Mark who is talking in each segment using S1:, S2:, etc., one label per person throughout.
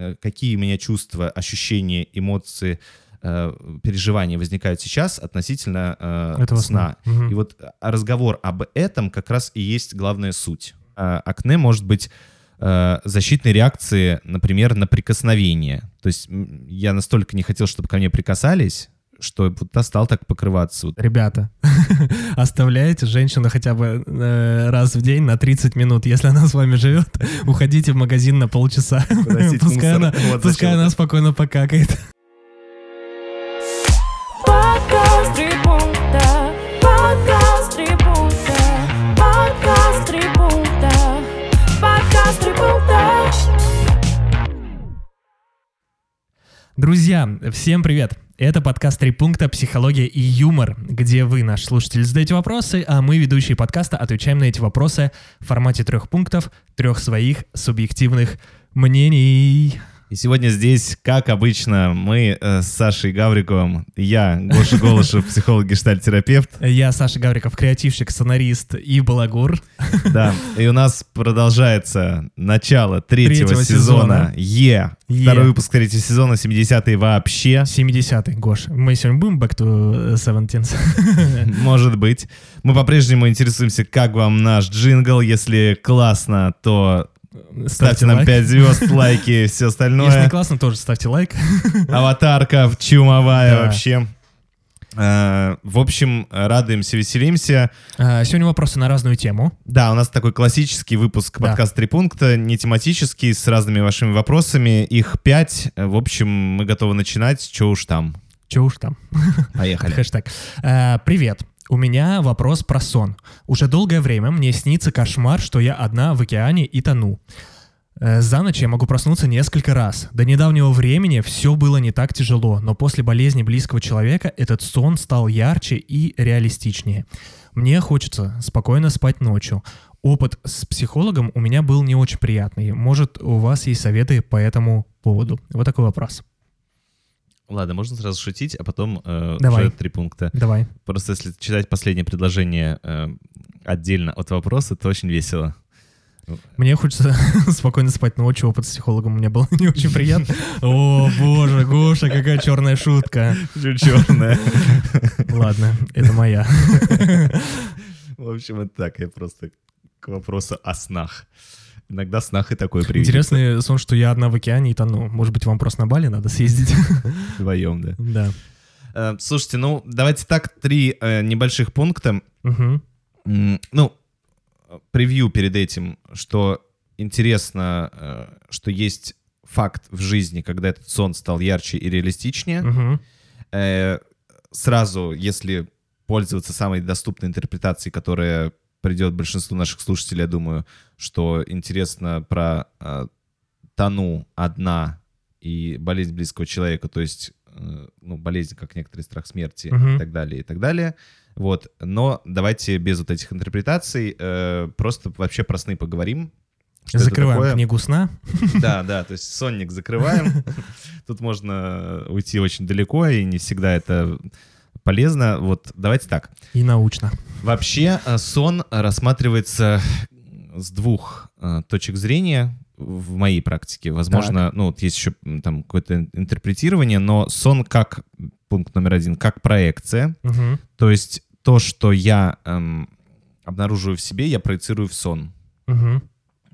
S1: какие у меня чувства, ощущения, эмоции, переживания возникают сейчас относительно сна.
S2: Угу.
S1: И вот разговор об этом как раз и есть главная суть. Акне может быть защитной реакции, например, на прикосновение. То есть я настолько не хотел, чтобы ко мне прикасались, что вот стал так покрываться.
S2: Ребята, оставляйте женщину хотя бы раз в день на 30 минут. Если она с вами живет, уходите в магазин на полчаса. Пускай она спокойно покакает.
S3: Подкаст «Три пункта», подкаст «Три пункта», подкаст «Три пункта», подкаст «Три пункта».
S2: Друзья, всем привет! Это подкаст «Три пункта. Психология и юмор», где вы, наш слушатель, задаете вопросы, а мы, ведущие подкаста, отвечаем на эти вопросы в формате 3 пунктов, 3 своих субъективных мнений.
S1: И сегодня здесь, как обычно, мы с Сашей Гавриковым, я, Гоша Голышев, психолог, гештальт-терапевт.
S2: Я, Саша Гавриков, креативщик, сценарист и балагур.
S1: Да, и у нас продолжается начало третьего сезона. Второй выпуск 3-го сезона, 70-й вообще.
S2: 70-й, Гош. Мы сегодня будем back to 70s?
S1: Может быть. Мы по-прежнему интересуемся, как вам наш джингл. Если классно, то... Ставьте нам 5 звезд, лайки, все остальное.
S2: Если не классно, тоже ставьте лайк.
S1: Аватарка чумовая
S2: Да.
S1: вообще. В общем, радуемся, веселимся.
S2: Сегодня вопросы на разную тему.
S1: Да, у нас такой классический выпуск
S2: Да.
S1: подкаста «Три пункта», не тематический, с разными вашими вопросами. Их 5. В общем, мы готовы начинать. Че уж там.
S2: Че уж там.
S1: Поехали.
S2: Хэштег. Привет. У меня вопрос про сон. Уже долгое время мне снится кошмар, что я одна в океане и тону. За ночь я могу проснуться несколько раз. До недавнего времени все было не так тяжело, но после болезни близкого человека этот сон стал ярче и реалистичнее. Мне хочется спокойно спать ночью. Опыт с психологом у меня был не очень приятный. Может, у вас есть советы по этому поводу? Вот такой вопрос.
S1: Ладно, можно сразу шутить, а потом
S2: Давай.
S1: уже 3 пункта.
S2: Давай.
S1: Просто если читать последнее предложение отдельно от вопроса, то очень весело.
S2: Мне хочется спокойно спать ночью. Опыт с психологом у меня был не очень приятный. О, боже, Гоша, какая черная шутка.
S1: Черная.
S2: Ладно, это моя.
S1: В общем, это так, я просто к вопросу о снах. Иногда в снах и такое привидится.
S2: Интересный сон, что я одна в океане и тону. Может быть, вам просто на Бали надо съездить?
S1: Вдвоем, да.
S2: Да.
S1: Слушайте, ну, давайте так, 3 небольших пункта.
S2: Угу.
S1: Ну, превью перед этим, что интересно, что есть факт в жизни, когда этот сон стал ярче и реалистичнее.
S2: Угу.
S1: Сразу, если пользоваться самой доступной интерпретацией, которая придет большинству наших слушателей, я думаю, что интересно про тону одна и болезнь близкого человека, то есть болезнь как некоторый страх смерти и так далее, и так далее. Вот. Но давайте без вот этих интерпретаций просто вообще про сны поговорим.
S2: Закрываем книгу сна.
S1: Да, то есть сонник закрываем. Тут можно уйти очень далеко, и не всегда это полезно. Вот давайте так.
S2: И научно.
S1: Вообще сон рассматривается с 2 точек зрения в моей практике. Возможно, вот есть еще там какое-то интерпретирование, но сон как, пункт номер 1, как проекция.
S2: Угу.
S1: То есть то, что я обнаруживаю в себе, я проецирую в сон.
S2: Угу.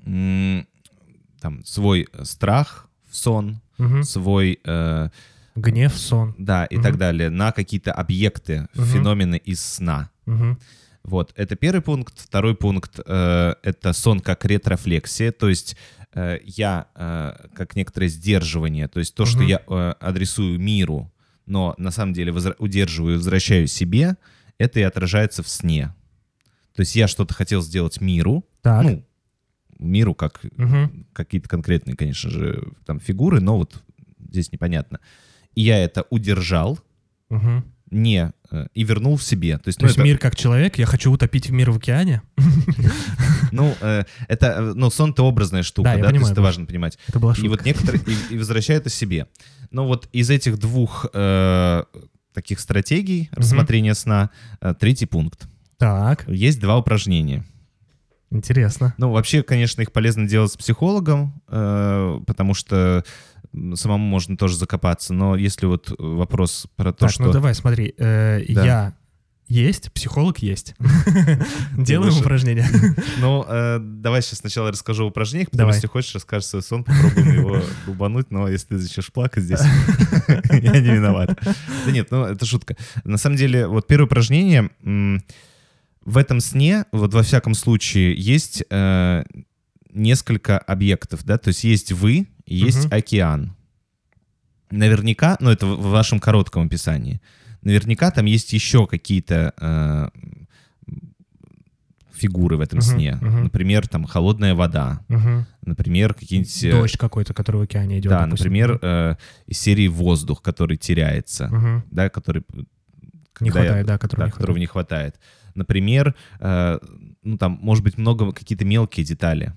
S1: Там свой страх в сон,
S2: Угу.
S1: свой...
S2: Гнев, сон.
S1: Да, и так далее, на какие-то объекты, феномены из сна.
S2: Угу.
S1: Вот, это первый пункт. Второй пункт это сон как ретрофлексия, то есть я как некоторое сдерживание, то есть то, что я адресую миру, но на самом деле удерживаю и возвращаю себе, это и отражается в сне. То есть я что-то хотел сделать миру,
S2: Так.
S1: миру как какие-то конкретные, конечно же, там фигуры, но вот здесь непонятно. И я это удержал,
S2: Угу.
S1: и вернул в себе. То есть,
S2: То есть мир как человек, я хочу утопить мир в океане?
S1: это, сон — это образная штука,
S2: Да, я
S1: да,
S2: понимаю,
S1: то есть это
S2: Гош.
S1: важно понимать.
S2: Это была
S1: И
S2: шутка.
S1: вот некоторые и возвращают это себе. Но вот из этих 2 таких стратегий рассмотрения сна 3-й пункт.
S2: Так,
S1: Есть 2 упражнения.
S2: интересно.
S1: Ну, вообще, конечно, их полезно делать с психологом, потому что самому можно тоже закопаться. Но если вот вопрос про то,
S2: Так,
S1: что...
S2: ну давай, смотри. Я есть, психолог есть. Делаем упражнения.
S1: Ну, давай сейчас сначала расскажу о упражнениях, потом,
S2: Давай.
S1: если хочешь, расскажешь свой сон, попробуем его долбануть, но если ты начнешь плакать здесь, я не виноват. Да нет, ну, это шутка. На самом деле, вот первое упражнение, в этом сне, вот во всяком случае, есть несколько объектов, да, то есть есть вы и есть океан. Наверняка, ну, это в вашем коротком описании, наверняка там есть еще какие-то фигуры в этом сне. Например, там холодная вода. Например, какие-нибудь...
S2: Дождь какой-то, который в океане идет.
S1: Да,
S2: допустим.
S1: например, из серии «Воздух», который теряется, да, который...
S2: Не хватает, да,
S1: которого не хватает. Например, ну, там, может быть, много какие-то мелкие детали.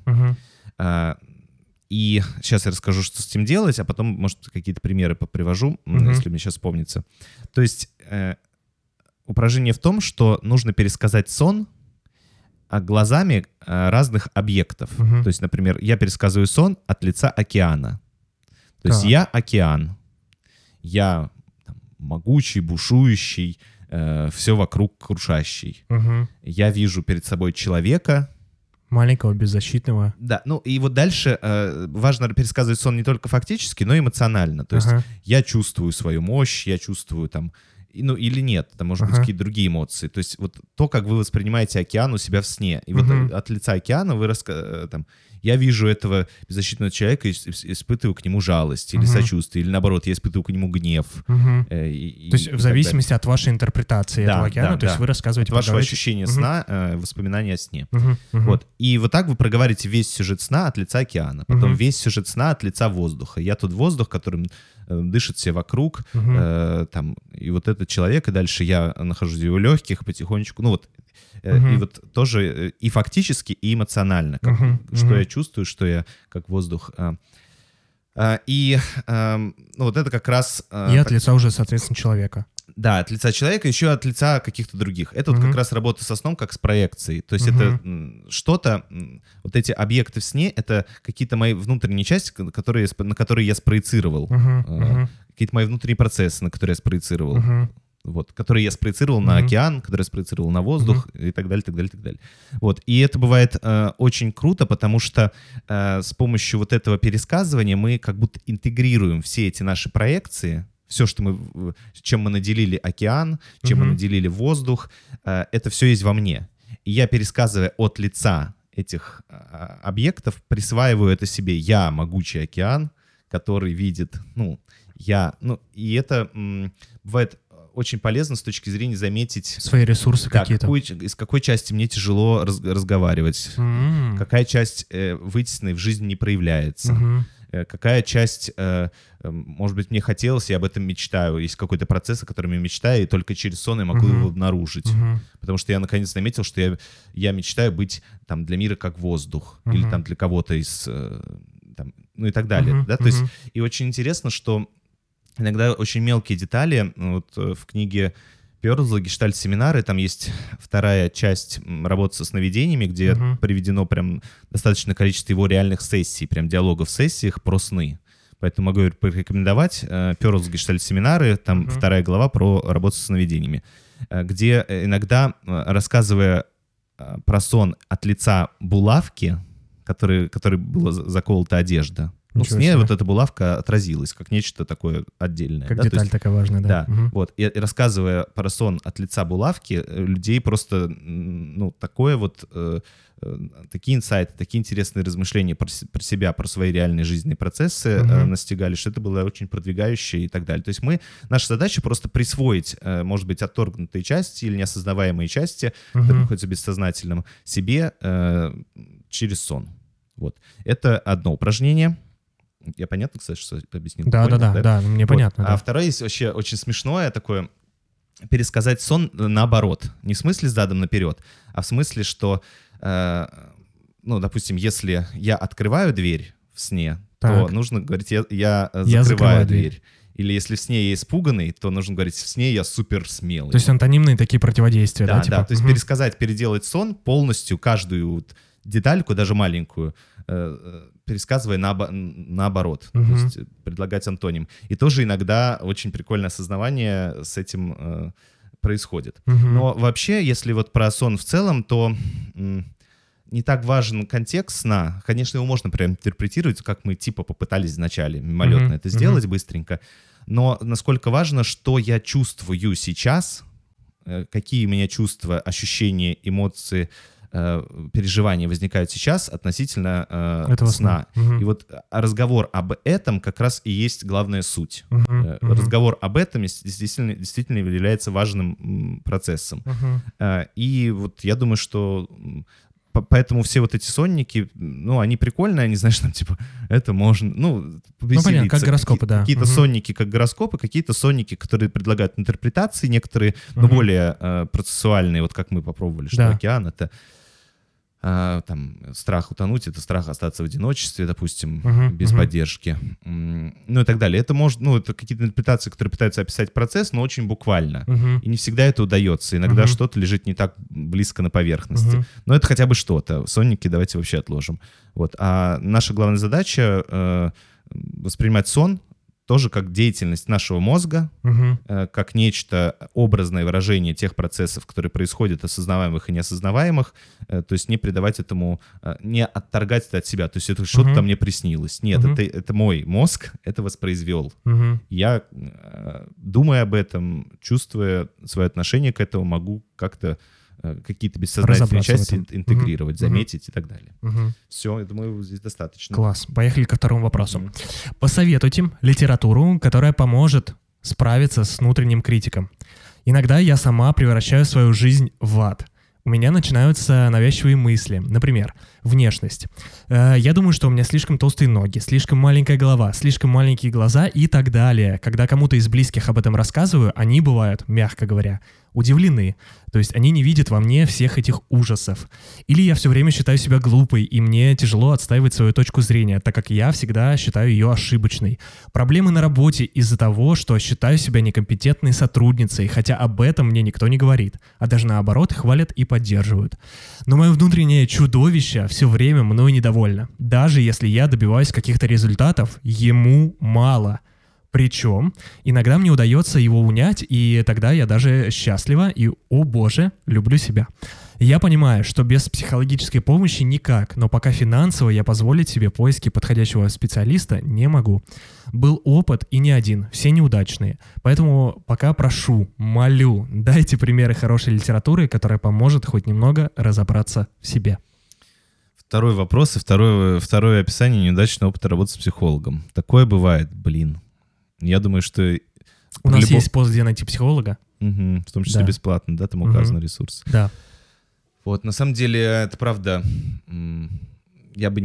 S1: И сейчас я расскажу, что с этим делать, а потом, может, какие-то примеры попривожу, если мне сейчас вспомнится. То есть упражнение в том, что нужно пересказать сон глазами разных объектов. То есть, например, я пересказываю сон от лица океана. То есть я океан, я там, могучий, бушующий, все вокруг крушащий. Я вижу перед собой человека,
S2: маленького, беззащитного.
S1: Да, ну и вот дальше важно пересказывать сон не только фактически, но и эмоционально. То есть я чувствую свою мощь, я чувствую там, ну или нет, там может быть какие-то другие эмоции. То есть вот то, как вы воспринимаете океан у себя в сне. И вот от лица океана вы там, я вижу этого беззащитного человека и испытываю к нему жалость или сочувствие, или наоборот, я испытываю к нему гнев.
S2: То есть в зависимости от вашей интерпретации этого океана, то есть вы рассказываете...
S1: От вашего ощущения сна, воспоминания о сне. Вот. И вот так вы проговариваете весь сюжет сна от лица океана, потом весь сюжет сна от лица воздуха. Я тот воздух, которым дышит все вокруг, там, и вот этот человек, и дальше я нахожусь в его легких потихонечку, ну вот, и вот тоже и фактически, и эмоционально, что я чувствую, что я как воздух. И ну, вот это как раз...
S2: И от лица уже, соответственно, человека.
S1: Да, от лица человека, еще от лица каких-то других. Это вот как раз работа со сном как с проекцией. То есть это что-то, вот эти объекты в сне, это какие-то мои внутренние части, на которые я спроецировал. Какие-то мои внутренние процессы, на которые я спроецировал. Вот, которые я спроецировал на океан, которые я спроецировал на воздух и так далее, так далее, так далее. Вот, и это бывает очень круто, потому что с помощью вот этого пересказывания мы как будто интегрируем все эти наши проекции, все, чем мы наделили океан, чем мы наделили воздух, это все есть во мне. И я, пересказывая от лица этих объектов, присваиваю это себе. Я могучий океан, который видит, и это бывает очень полезно с точки зрения заметить...
S2: Свои ресурсы какие-то.
S1: Из какой части мне тяжело разговаривать, какая часть вытесненной в жизни не проявляется, какая часть, может быть, мне хотелось, я об этом мечтаю, есть какой-то процесс, о котором я мечтаю, и только через сон я могу его обнаружить. Потому что я наконец заметил, что я мечтаю быть там для мира как воздух, или там для кого-то из... Там, ну и так далее. Да? То есть, и очень интересно, что иногда очень мелкие детали. Вот в книге Пёрлза «Гештальт-семинары» там есть вторая часть работы со сновидениями, где приведено прям достаточное количество его реальных сессий, прям диалогов в сессиях про сны. Поэтому могу порекомендовать Пёрлз «Гештальт-семинары», там вторая глава про работу со сновидениями, где иногда, рассказывая про сон от лица булавки, которой была заколота одежда, в сне вот эта булавка отразилась, как нечто такое отдельное.
S2: Как деталь такая важная, да.
S1: Вот. И рассказывая про сон от лица булавки, людей просто, такое вот, такие инсайты, такие интересные размышления про себя, про свои реальные жизненные процессы настигали, что это было очень продвигающее и так далее. То есть наша задача просто присвоить, может быть, отторгнутые части или неосознаваемые части, которые находятся в бессознательном, себе через сон. Вот. Это одно упражнение. Я понятно, кстати, что объяснил?
S2: Да, мне понятно.
S1: А второе есть вообще очень смешное такое, пересказать сон наоборот. Не в смысле задом наперед, а в смысле, что, допустим, если я открываю дверь в сне, то нужно говорить, я закрываю дверь. Или если в сне я испуганный, то нужно говорить, в сне я супер смелый.
S2: То есть антонимные такие противодействия, да?
S1: Да, то есть пересказать, переделать сон полностью, каждую детальку, даже маленькую, пересказывая наоборот, то есть предлагать антоним. И тоже иногда очень прикольное осознавание с этим происходит. Но вообще, если вот про сон в целом, то не так важен контекст сна. Конечно, его можно прям интерпретировать, как мы типа попытались вначале мимолетно это сделать быстренько. Но насколько важно, что я чувствую сейчас, какие у меня чувства, ощущения, эмоции, переживания возникают сейчас относительно
S2: этого
S1: сна.
S2: сна.
S1: И вот разговор об этом как раз и есть главная суть. Разговор об этом действительно является важным процессом. И вот я думаю, что поэтому все вот эти сонники, ну, они прикольные, они, знаешь, там, типа, это можно, ну, повеселиться.
S2: Понятно, как гороскопы, да.
S1: Какие-то сонники, как гороскопы, какие-то сонники, которые предлагают интерпретации, некоторые, но более процессуальные, вот как мы попробовали, что океан — это там страх утонуть, это страх остаться в одиночестве, допустим, без поддержки, ну и так далее. Это может, ну, это какие-то интерпретации, которые пытаются описать процесс, но очень буквально. И не всегда это удается. Иногда что-то лежит не так близко на поверхности. Но это хотя бы что-то. Сонники давайте вообще отложим. Вот. А наша главная задача воспринимать сон тоже как деятельность нашего мозга, как нечто образное выражение тех процессов, которые происходят, осознаваемых и неосознаваемых, то есть не придавать этому, не отторгать это от себя, то есть это что-то там мне приснилось. Нет, это мой мозг это воспроизвел. Я, думая об этом, чувствуя свое отношение к этому, могу как-то какие-то бессознательные части интегрировать, заметить и так далее. Все, я думаю, здесь достаточно.
S2: Класс. Поехали ко второму вопросу. Посоветуйте литературу, которая поможет справиться с внутренним критиком. Иногда я сама превращаю свою жизнь в ад. У меня начинаются навязчивые мысли. Например, внешность. Я думаю, что у меня слишком толстые ноги, слишком маленькая голова, слишком маленькие глаза и так далее. Когда кому-то из близких об этом рассказываю, они бывают, мягко говоря, удивлены. То есть они не видят во мне всех этих ужасов. Или я все время считаю себя глупой, и мне тяжело отстаивать свою точку зрения, так как я всегда считаю ее ошибочной. Проблемы на работе из-за того, что считаю себя некомпетентной сотрудницей, хотя об этом мне никто не говорит, а даже наоборот хвалят и поддерживают. Но мое внутреннее чудовище все время мною недовольно. Даже если я добиваюсь каких-то результатов, ему мало. Причем иногда мне удается его унять, и тогда я даже счастлива и, о боже, люблю себя. Я понимаю, что без психологической помощи никак, но пока финансово я позволить себе поиски подходящего специалиста не могу. Был опыт и не один, все неудачные. Поэтому пока прошу, молю, дайте примеры хорошей литературы, которая поможет хоть немного разобраться в себе.
S1: Второй вопрос и второе описание неудачного опыта работы с психологом. Такое бывает, блин. Я думаю, что...
S2: У нас есть пост, где найти психолога.
S1: В том числе бесплатно, да, там указан ресурс.
S2: Да.
S1: Вот, на самом деле, это правда. Я бы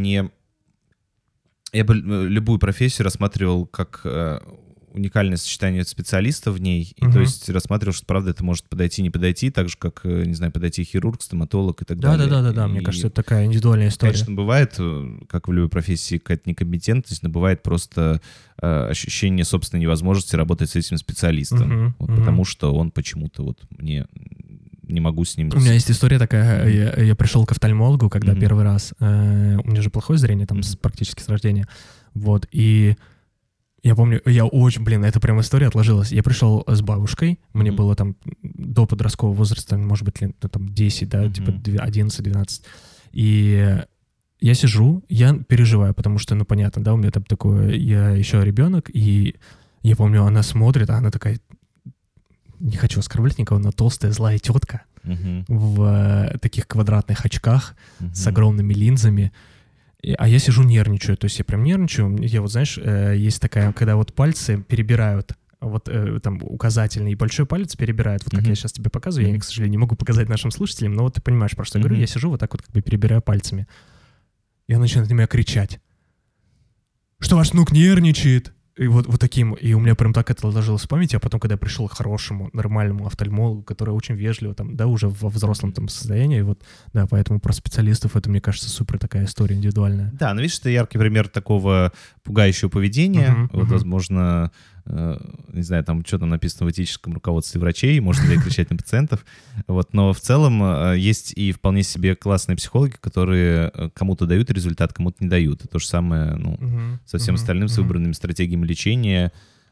S1: любую профессию рассматривал как уникальное сочетание специалистов в ней, и то есть рассматривал, что, правда, это может подойти, не подойти, так же, как, не знаю, подойти хирург, стоматолог и так далее.
S2: Да, мне кажется, это такая индивидуальная история.
S1: Конечно, бывает, как в любой профессии, какая-то некомпетентность, но бывает просто ощущение собственной невозможности работать с этим специалистом, потому что он почему-то вот мне... не могу с ним...
S2: У меня есть история такая, я пришел к офтальмологу, когда первый раз, у меня же плохое зрение, там практически с рождения, вот, и я помню, эта прям история отложилась. Я пришел с бабушкой, мне было там до подросткового возраста, может быть, лет там 10, да, типа 11-12, и я сижу, я переживаю, потому что, ну, понятно, да, у меня там такое, я еще ребенок, и я помню, она смотрит, а она такая... Не хочу оскорблять никого, но толстая злая тетка в таких квадратных очках с огромными линзами. А я сижу, нервничаю. То есть я прям нервничаю. Я вот, знаешь, есть такая, когда вот пальцы перебирают, вот там указательный и большой палец перебирают, вот как я сейчас тебе показываю. Я, к сожалению, не могу показать нашим слушателям, но вот ты понимаешь, про что я говорю. Я сижу вот так вот как бы перебираю пальцами. И она начинает на меня кричать. Что ваш внук нервничает? И вот таким, и у меня прям так это отложилось в памяти, а потом, когда я пришел к хорошему, нормальному офтальмологу, который очень вежливо, там, да, уже во взрослом там состоянии, вот, да, поэтому про специалистов это, мне кажется, супер такая история индивидуальная.
S1: Да, но видишь, это яркий пример такого пугающего поведения, вот, возможно, не знаю, там что там написано в этическом руководстве врачей, можно ли кричать на пациентов. Вот, но в целом есть и вполне себе классные психологи, которые кому-то дают результат, кому-то не дают. И то же самое со всем остальным, с выбранными стратегиями лечения.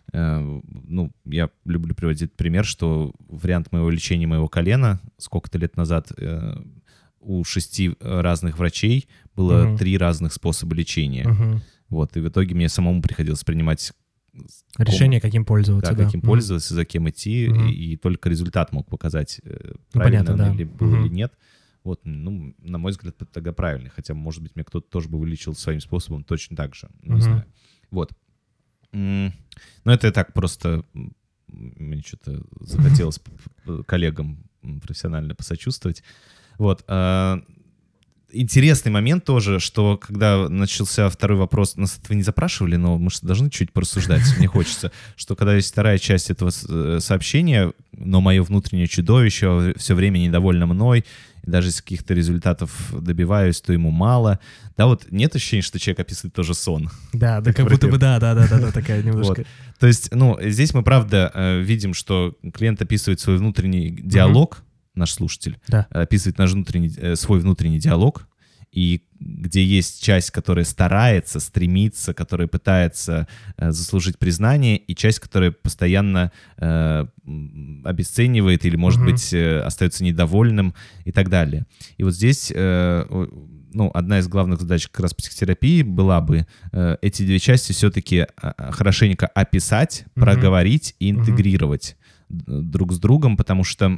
S1: Я люблю приводить пример, что вариант моего лечения моего колена сколько-то лет назад у 6 разных врачей было 3 разных способа лечения. Вот, и в итоге мне самому приходилось принимать
S2: решение, каким пользоваться.
S1: Да, каким пользоваться, за кем идти, и только результат мог показать, правильно
S2: понятно,
S1: ли было или нет. Вот, на мой взгляд, это тогда правильно. Хотя, может быть, меня кто-то тоже бы вылечил своим способом точно так же. Не знаю. Вот. Но это так просто... Мне что-то захотелось коллегам профессионально посочувствовать. Вот. Интересный момент тоже, что когда начался второй вопрос, нас этого не запрашивали, но мы же должны чуть порассуждать, мне хочется, что когда есть вторая часть этого сообщения, но мое внутреннее чудовище все время недовольно мной, и даже если каких-то результатов добиваюсь, то ему мало. Да, вот нет ощущения, что человек описывает тоже сон?
S2: Да, как будто бы да, такая немножко.
S1: Вот. То есть, здесь мы, правда, видим, что клиент описывает свой внутренний диалог, наш слушатель, описывает свой внутренний диалог, и где есть часть, которая старается, стремится, которая пытается заслужить признание, и часть, которая постоянно обесценивает или, может быть, остается недовольным и так далее. И вот здесь одна из главных задач как раз психотерапии была бы эти две части все-таки хорошенько описать, проговорить и интегрировать друг с другом, потому что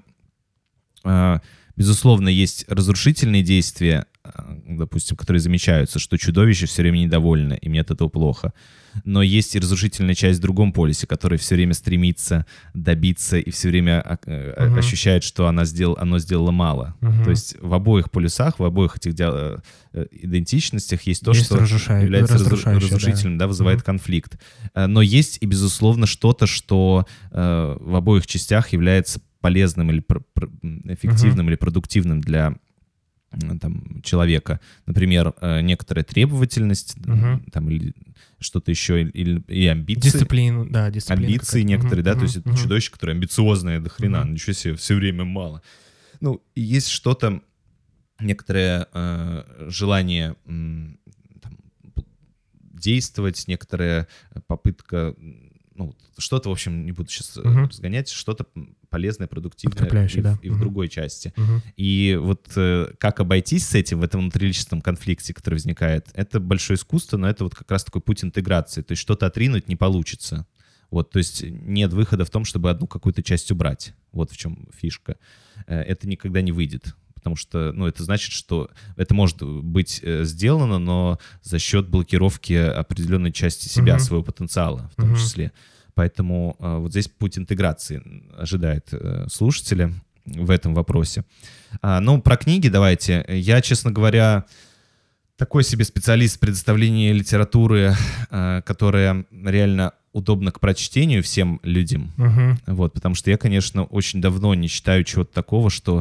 S1: безусловно, есть разрушительные действия, допустим, которые замечаются, что чудовище все время недовольно, и мне от этого плохо. Но есть и разрушительная часть в другом полюсе, которая все время стремится добиться и все время ощущает, что оно сделало мало. То есть в обоих полюсах, в обоих этих идентичностях есть то, что является разрушительным, вызывает конфликт. Но есть и, безусловно, что-то, что в обоих частях является полезным или эффективным или продуктивным для человека. Например, некоторая требовательность, или что-то еще, и амбиции.
S2: Дисциплина.
S1: Амбиции некоторые, то есть это чудовище, которое амбициозное до хрена, ничего себе, все время мало. И есть что-то, некоторое желание действовать, некоторая попытка, что-то, в общем, не буду сейчас разгонять, что-то полезное, продуктивное и в другой части. И вот как обойтись с этим в этом внутриличностном конфликте, который возникает, это большое искусство, но это вот как раз такой путь интеграции. То есть что-то отринуть не получится. Вот, то есть нет выхода в том, чтобы одну какую-то часть убрать. Вот в чем фишка. Это никогда не выйдет. Потому что, это значит, что это может быть сделано, но за счет блокировки определенной части себя, своего потенциала в том числе. Поэтому вот здесь путь интеграции ожидает слушателя в этом вопросе. Про книги давайте. Я, честно говоря, такой себе специалист в предоставлении литературы, которая реально удобна к прочтению всем людям. Вот, потому что я, конечно, очень давно не читаю чего-то такого, что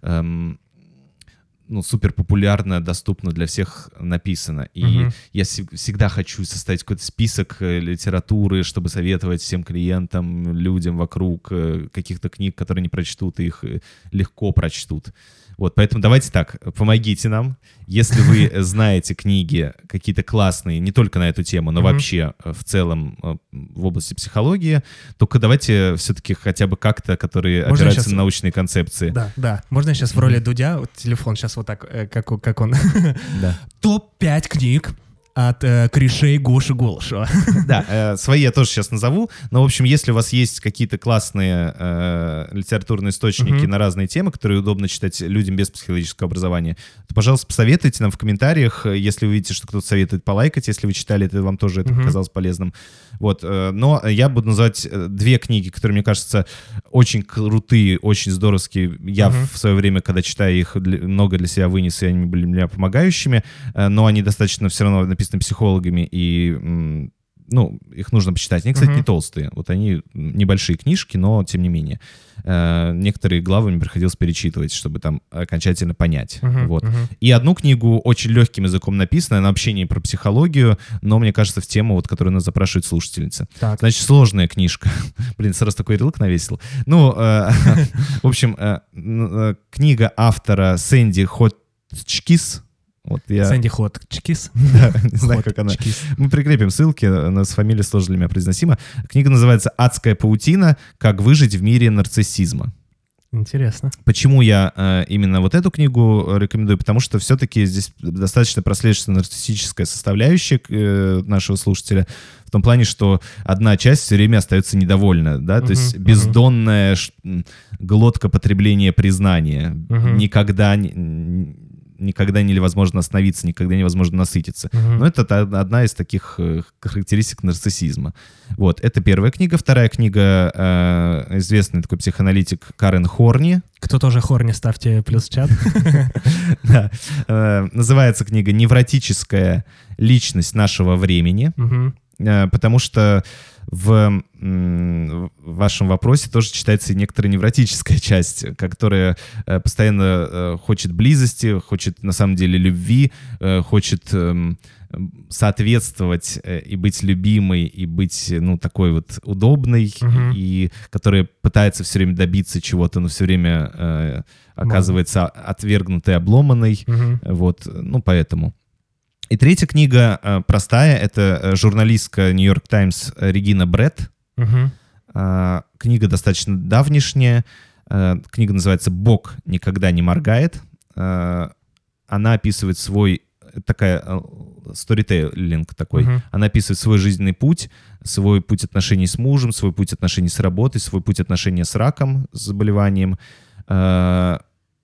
S1: супер популярно, доступно для всех написано. И я всегда хочу составить какой-то список литературы, чтобы советовать всем клиентам, людям вокруг каких-то книг, которые не прочтут, и их легко прочтут. Вот, поэтому давайте так, помогите нам. Если вы знаете книги какие-то классные, не только на эту тему, но вообще в целом в области психологии, только давайте все-таки хотя бы как-то, которые опираются на научные концепции.
S2: Да. Можно я сейчас в роли Дудя, телефон сейчас вот так, как он. Топ-5 книг от корешей Гоши Голышева.
S1: Да, свои я тоже сейчас назову, но, в общем, если у вас есть какие-то классные литературные источники на разные темы, которые удобно читать людям без психологического образования, то, пожалуйста, посоветуйте нам в комментариях, если вы видите, что кто-то советует, полайкать, если вы читали это, вам тоже это показалось полезным. Вот, но я буду называть 2 книги, которые, мне кажется, очень крутые, очень здоровские. Я в свое время, когда читаю их, много для себя вынес, и они были для меня помогающими, но они достаточно все равно написаны психологами, и их нужно почитать. Они, кстати, не толстые. Вот они небольшие книжки, но тем не менее. Некоторые главы мне приходилось перечитывать, чтобы там окончательно понять. Вот. И одну книгу очень легким языком написано, она вообще не про психологию, но, мне кажется, в тему, вот, которую нас запрашивает слушательница.
S2: Так.
S1: Значит, сложная книжка. Блин, сразу такой ярлык навесил. В общем, книга автора Сэнди Ходжкинс.
S2: Сэнди Ходжкинс.
S1: Да, не знаю, как она. Мы прикрепим ссылки, с фамилией сложно для меня произносима. Книга называется «Адская паутина. Как выжить в мире нарциссизма».
S2: Интересно.
S1: Почему я именно вот эту книгу рекомендую? Потому что все-таки здесь достаточно прослеживается нарциссическая составляющая нашего слушателя, в том плане, что одна часть все время остается недовольна, да, то есть бездонная глотка потребления признания, никогда невозможно остановиться, никогда невозможно насытиться. Но это одна из таких характеристик нарциссизма. Вот, это первая книга. Вторая книга, известный такой психоаналитик Карен Хорни.
S2: Кто тоже Хорни, ставьте плюс в чат.
S1: Да. Называется книга «Невротическая личность нашего времени». Потому что в вашем вопросе тоже читается и некоторая невротическая часть, которая постоянно хочет близости, хочет на самом деле любви, хочет соответствовать и быть любимой, и быть, такой вот удобной, и которая пытается все время добиться чего-то, но все время оказывается отвергнутой, обломанной. Вот, поэтому. И третья книга простая, это журналистка Нью-Йорк Таймс Регина Бретт. Книга достаточно давнишняя. Книга называется «Бог никогда не моргает». Она описывает такая сторителлинг такой. Она описывает свой жизненный путь отношений с мужем, свой путь отношений с работой, свой путь отношения с раком, с заболеванием. Я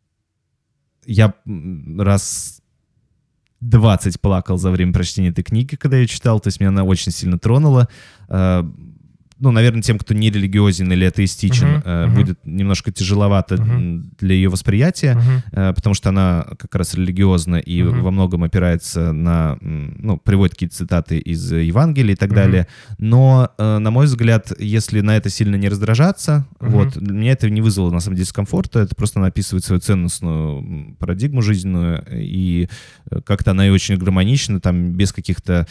S1: раз 20 плакал за время прочтения этой книги, когда я читал, то есть меня она очень сильно тронула. Наверное, тем, кто не религиозен или атеистичен, будет немножко тяжеловато для ее восприятия, потому что она как раз религиозна и во многом опирается на, приводит какие-то цитаты из Евангелия и так далее. Но, на мой взгляд, если на это сильно не раздражаться, меня это не вызвало, на самом деле, дискомфорта, это просто она описывает свою ценностную парадигму жизненную, и как-то она и очень гармонична, там, без каких-то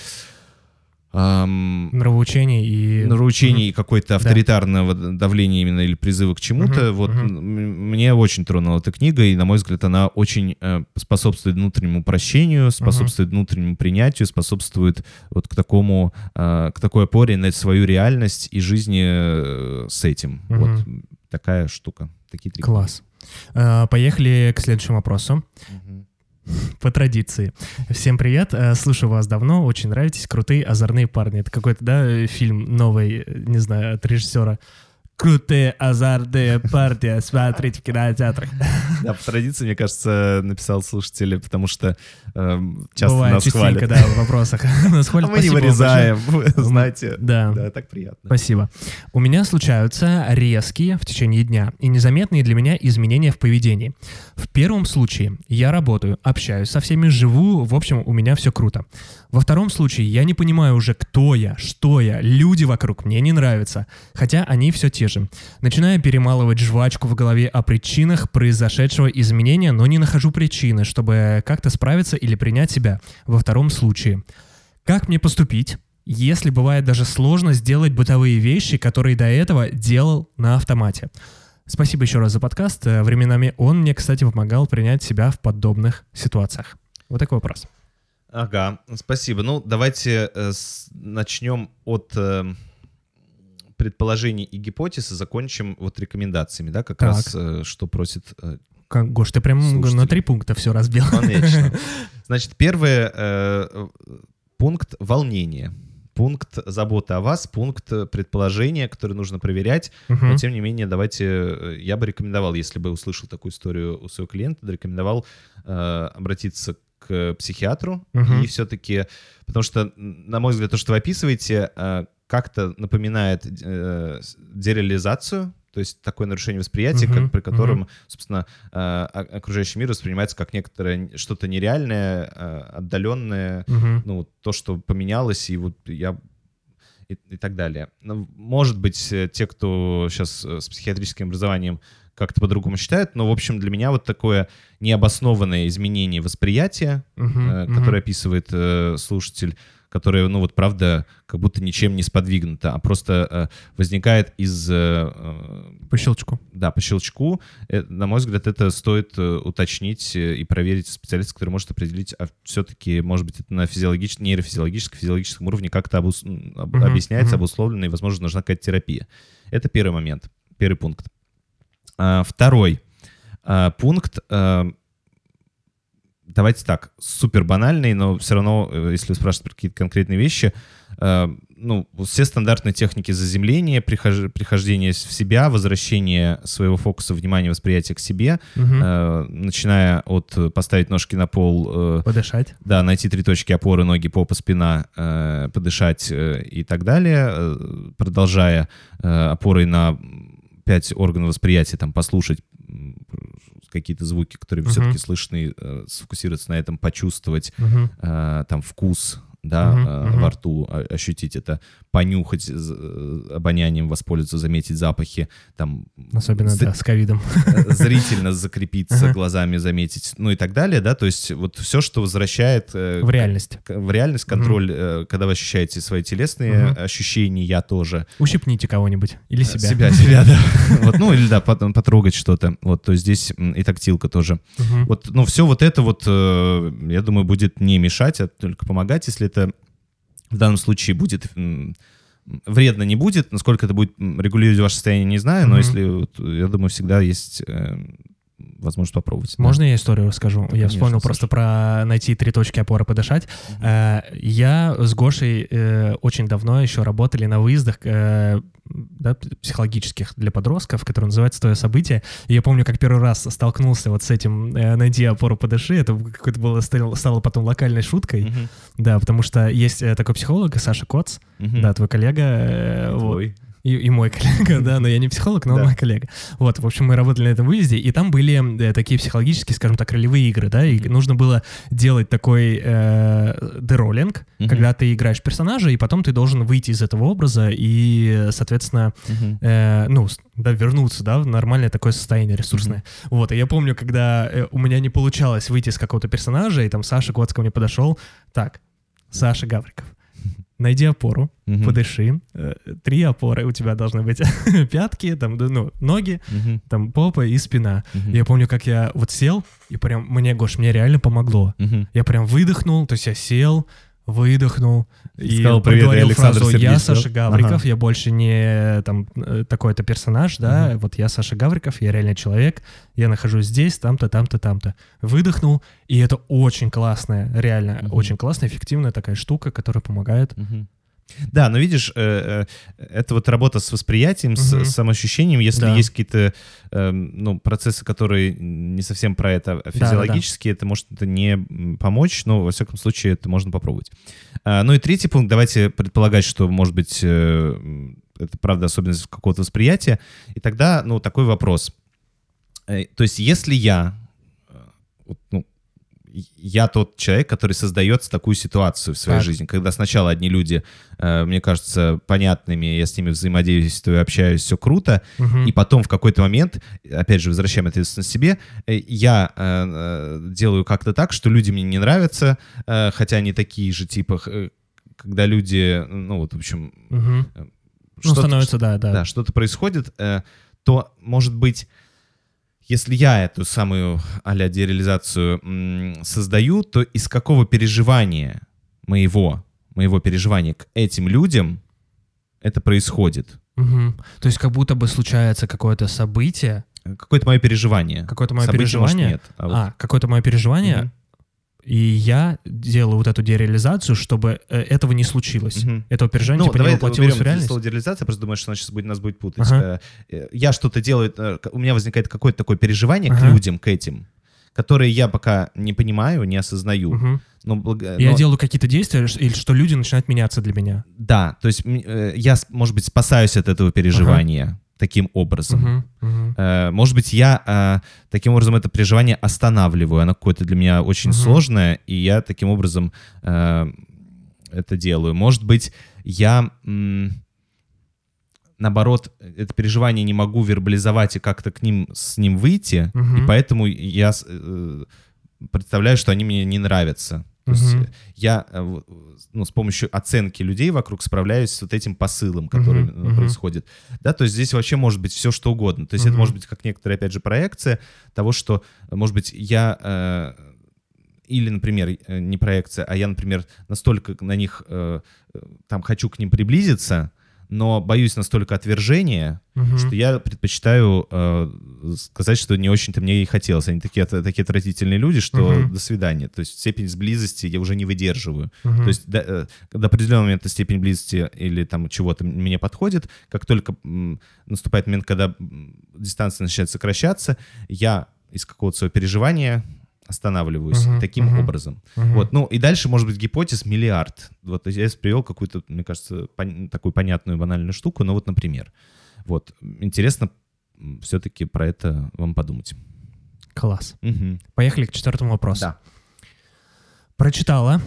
S2: нравоучений
S1: и какой-то авторитарного давления именно или призыва к чему-то. Мне очень тронула эта книга, и, на мой взгляд, она очень способствует внутреннему прощению, способствует внутреннему принятию, способствует вот к такой опоре на свою реальность и жизни с этим. Вот такая штука. Такие три.
S2: Класс. Поехали к следующему вопросу. По традиции. Всем привет, слушаю вас давно, очень нравитесь, крутые озорные парни. Это какой-то, фильм новый, не знаю, от режиссера. Крутые озорные парни, смотрите в кинотеатрах.
S1: Да, по традиции, мне кажется, написал слушатель, потому что часто
S2: бывает
S1: нас хвалят.
S2: Да, в вопросах. Нас хвалят,
S1: а мы не вырезаем, знаете.
S2: Да,
S1: так приятно.
S2: Спасибо. У меня случаются резкие в течение дня и незаметные для меня изменения в поведении. В первом случае я работаю, общаюсь со всеми, живу, в общем, у меня все круто. Во втором случае я не понимаю уже, кто я, что я, люди вокруг мне не нравятся, хотя они все те же. Начинаю перемалывать жвачку в голове о причинах произошедшего изменения, но не нахожу причины, чтобы как-то справиться или принять себя во втором случае. Как мне поступить, если бывает даже сложно сделать бытовые вещи, которые до этого делал на автомате? Спасибо еще раз за подкаст. Временами он мне, кстати, помогал принять себя в подобных ситуациях. Вот такой вопрос.
S1: Ага, спасибо. Давайте начнем от предположений и гипотез и закончим рекомендациями, да, как раз, что просит
S2: Гош, ты прям слушатель. На 3 пункта все разбил.
S1: Конечно. Значит, первый пункт — волнение. Пункт заботы о вас, пункт предположения, который нужно проверять. Но, тем не менее, я бы рекомендовал, если бы услышал такую историю у своего клиента, рекомендовал обратиться к психиатру. И все-таки, потому что, на мой взгляд, то, что вы описываете, как-то напоминает дереализацию, то есть такое нарушение восприятия, при котором, собственно, окружающий мир воспринимается как некоторое что-то нереальное, отдаленное, то, что поменялось. И я и так далее. Может быть, те, кто сейчас с психиатрическим образованием как-то по-другому считают, но, в общем, для меня вот такое необоснованное изменение восприятия, которое описывает слушатель, которое, ну вот правда, как будто ничем не сподвигнуто, а просто возникает из...
S2: По щелчку.
S1: Да, по щелчку. На мой взгляд, это стоит уточнить и проверить специалиста, который может определить, а все-таки, может быть, это на нейрофизиологическом, физиологическом уровне как-то объясняется, обусловлено, и, возможно, нужна какая-то терапия. Это первый момент, первый пункт. Второй пункт... Давайте так, супер банальный, но все равно, если вы спрашиваете про какие-то конкретные вещи, все стандартные техники заземления, прихождения в себя, возвращение своего фокуса внимания, восприятия к себе, начиная от поставить ножки на пол,
S2: подышать,
S1: да, найти 3 точки опоры, ноги, попа, спина, подышать и так далее, продолжая опорой на 5 органов восприятия, там, послушать какие-то звуки, которые все-таки слышны, сфокусироваться на этом, почувствовать там вкус, да, во рту, ощутить это, понюхать обонянием, воспользоваться, заметить запахи, там...
S2: Особенно, да, с ковидом.
S1: Зрительно закрепиться, глазами заметить, ну и так далее, да, то есть вот все, что возвращает...
S2: В реальность.
S1: В реальность, контроль, когда вы ощущаете свои телесные ощущения, я тоже.
S2: Ущипните кого-нибудь или себя.
S1: Себя, да. Вот, ну или, да, потрогать что-то, вот, то есть здесь и тактилка тоже. Вот, ну все вот это вот, я думаю, будет не мешать, а только помогать, если это в данном случае будет вредно, не будет. Насколько это будет регулировать ваше состояние, не знаю, но если, я думаю, всегда есть возможность попробовать.
S2: Можно я историю расскажу? Я вспомнил просто про найти 3 точки опоры, подышать. Я с Гошей очень давно еще работали на выездах психологических для подростков, которые называются «Твое событие». И я помню, как первый раз столкнулся вот с этим «Найди опору, подыши». Это какое-то было, стало потом локальной шуткой. Да, потому что есть такой психолог, Саша Коц, да, твой коллега.
S1: Твой.
S2: И мой коллега, да, но я не психолог, но он мой коллега. Вот, в общем, мы работали на этом выезде, и там были такие психологические, скажем так, ролевые игры, да, и нужно было делать такой дероллинг, когда ты играешь персонажа, и потом ты должен выйти из этого образа и, соответственно, вернуться, да, в нормальное такое состояние ресурсное. Вот, и я помню, когда у меня не получалось выйти из какого-то персонажа, и там Саша Коц ко мне подошел, так, Саша Гавриков, найди опору, подыши. 3 опоры у тебя должны быть. Пятки, там, ноги, там, попа и спина. Я помню, как я вот сел, и прям мне реально помогло. Я прям выдохнул, то есть я сел, выдохнул и проговорил фразу «Я Саша Гавриков, я больше не там такой-то персонаж, да, вот я Саша Гавриков, я реальный человек, я нахожусь здесь, там-то, там-то, там-то». Выдохнул, и это очень классная, реально очень классная, эффективная такая штука, которая помогает.
S1: Да, но видишь, это вот работа с восприятием, с самоощущением, если есть какие-то процессы, которые не совсем про это, а физиологические, это может не помочь, но, во всяком случае, это можно попробовать. Ну и 3-й пункт, давайте предполагать, что, может быть, это, правда, особенность какого-то восприятия, и тогда, такой вопрос. То есть если я тот человек, который создает такую ситуацию в своей жизни, когда сначала одни люди, мне кажется, понятными, я с ними взаимодействую, общаюсь, все круто, и потом в какой-то момент, опять же, возвращаем ответственность себе, я делаю как-то так, что люди мне не нравятся, хотя они такие же, типа, когда люди, в общем...
S2: становится,
S1: что-то происходит, то, может быть, если я эту самую а-ля дереализацию создаю, то из какого переживания моего переживания к этим людям это происходит?
S2: То есть как будто бы случается какое-то событие.
S1: Какое-то мое переживание.
S2: Какое-то мое переживание. Какое-то мое переживание. И я делаю вот эту дереализацию, чтобы этого не случилось. Этого переживания не воплотилось в реальность.
S1: Слово дереализация, просто думаю, что нас будет путать. Я что-то делаю, у меня возникает какое-то такое переживание к людям, к этим, которые я пока не понимаю, не осознаю.
S2: Я делаю какие-то действия, или что люди начинают меняться для меня.
S1: Да, то есть я, может быть, спасаюсь от этого переживания. Таким образом. Может быть, я таким образом это переживание останавливаю. Оно какое-то для меня очень сложное, и я таким образом это делаю. Может быть, я, наоборот, это переживание не могу вербализовать и как-то с ним выйти, и поэтому я представляю, что они мне не нравятся. То есть я с помощью оценки людей вокруг справляюсь с вот этим посылом, который происходит. Да, то есть здесь вообще может быть все, что угодно. То есть это может быть как некоторая, опять же, проекция того, что, может быть, я... Или, например, не проекция, а я, например, настолько на них там хочу к ним приблизиться, но боюсь настолько отвержения, что я предпочитаю сказать, что не очень-то мне и хотелось. Они такие отвратительные люди, что до свидания. То есть степень близости я уже не выдерживаю. То есть до определенного момента степень близости или там чего-то мне подходит. Как только наступает момент, когда дистанция начинает сокращаться, я из какого-то своего переживания останавливаюсь таким образом. Вот. Ну и дальше может быть гипотез миллиард. Вот я привел какую-то, мне кажется, такую понятную банальную штуку, но вот, например. Вот. Интересно все-таки про это вам подумать.
S2: Класс. Поехали к 4-му вопросу.
S1: Да.
S2: Прочитала,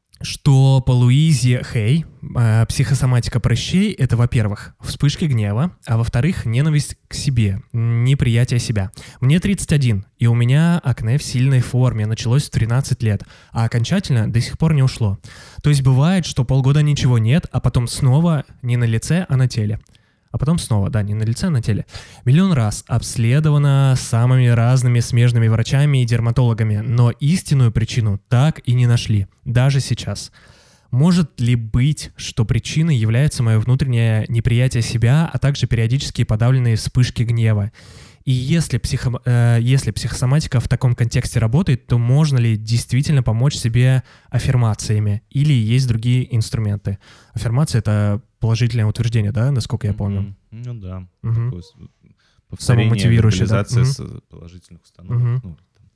S2: что по Луизе Хей психосоматика прыщей — это, во-первых, вспышки гнева, а во-вторых, ненависть к себе, неприятие себя. Мне 31, и у меня акне в сильной форме, началось в 13 лет, а окончательно до сих пор не ушло. То есть бывает, что полгода ничего нет, а потом снова не на лице, а на теле. А потом снова, да, не на лице, а на теле. Миллион раз обследовано самыми разными смежными врачами и дерматологами, но истинную причину так и не нашли, даже сейчас. Может ли быть, что причиной является мое внутреннее неприятие себя, а также периодические подавленные вспышки гнева? И если психосоматика в таком контексте работает, то можно ли действительно помочь себе аффирмациями? Или есть другие инструменты? Аффирмация — это положительное утверждение, да, насколько я помню?
S1: Ну да.
S2: Такое
S1: повторение,
S2: самомотивирующее, да?
S1: реализация положительных установок.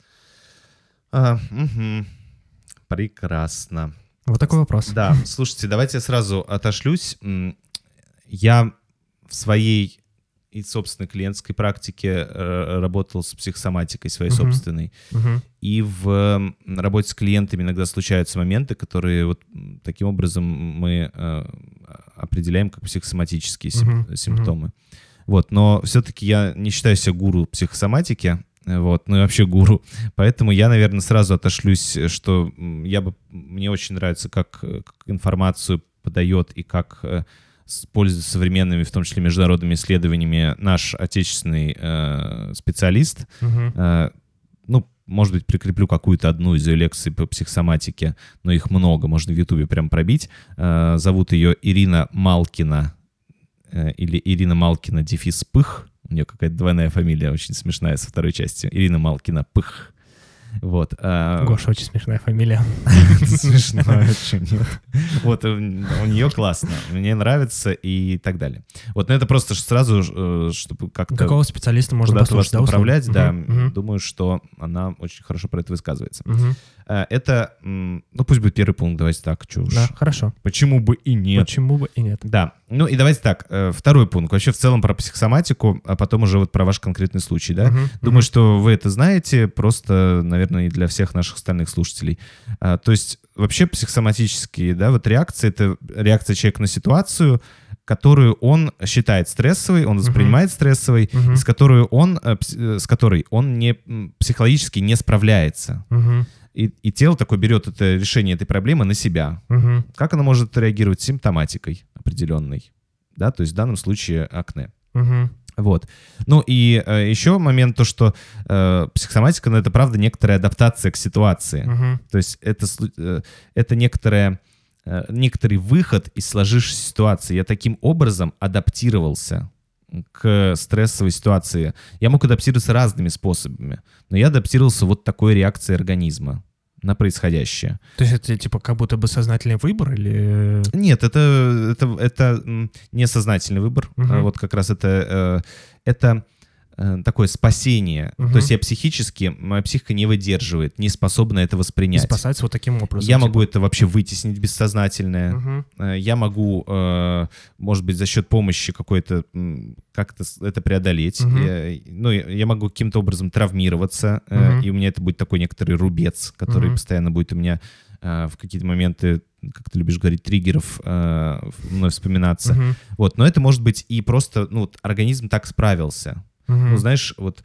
S1: Прекрасно.
S2: Вот такой вопрос.
S1: Да, слушайте, давайте я сразу отошлюсь. Я в своей и собственной клиентской практике работал с психосоматикой своей собственной. И в работе с клиентами иногда случаются моменты, которые вот таким образом мы определяем как психосоматические симптомы. Вот, но все-таки я не считаю себя гуру психосоматики, вот, ну и вообще гуру. Поэтому я, наверное, сразу отошлюсь, что мне очень нравится, как информацию подает и как пользуется современными, в том числе международными исследованиями, наш отечественный специалист. Ну, может быть, прикреплю какую-то одну из ее лекций по психосоматике, но их много, можно в Ютубе прям пробить. Зовут ее Ирина Малкина, или Ирина Малкина дефис Пых. У нее какая-то двойная фамилия, очень смешная, со второй части. Ирина Малкина Пых. Вот.
S2: Гоша, очень смешная фамилия.
S1: Смешно, вот, у нее классно, мне нравится и так далее. Вот, но это просто сразу, чтобы как-то...
S2: Какого специалиста можно
S1: куда-то вас
S2: послушать, да,
S1: направлять, да. Думаю, что она очень хорошо про это высказывается. Это, ну, пусть будет первый пункт, давайте так, что уж.
S2: Да, хорошо.
S1: Почему бы и нет.
S2: Почему бы и нет.
S1: Да, ну и давайте так, второй пункт, вообще в целом про психосоматику, а потом уже вот про ваш конкретный случай, да. Думаю, что вы это знаете, просто, наверное, и для всех наших остальных слушателей. То есть вообще психосоматические, да, вот реакции — это реакция человека на ситуацию, которую он считает стрессовой, он воспринимает стрессовой, и с которой он не психологически не справляется. И тело такое берет это решение этой проблемы на себя. Как оно может реагировать? Симптоматикой определенной. Да, то есть в данном случае акне. Вот. Ну и еще момент, то, что психосоматика, ну, это правда некоторая адаптация к ситуации. То есть это некоторый выход из сложившейся ситуации. Я таким образом адаптировался к стрессовой ситуации. Я мог адаптироваться разными способами, но я адаптировался вот такой реакцией организма на происходящее.
S2: То есть это типа как будто бы сознательный выбор или...
S1: Нет, это не сознательный выбор. Вот как раз это такое спасение.
S2: Мгм.
S1: То есть я психически, моя психика не выдерживает, не способна это
S2: И
S1: воспринять.
S2: спасать вот таким образом.
S1: Я
S2: типа.
S1: могу это вообще вытеснить бессознательное.
S2: Мгм.
S1: Я могу, может быть, за счет помощи какой-то как-то это преодолеть.
S2: Мгм.
S1: Я могу каким-то образом травмироваться,
S2: Мгм.
S1: и у меня это будет такой некоторый рубец, который
S2: Мгм.
S1: постоянно будет у меня в какие-то моменты, как ты любишь говорить, триггеров мной вспоминаться.
S2: Мгм.
S1: Вот. Но это может быть и просто, вот организм так справился.
S2: Мгм.
S1: Ну, знаешь, вот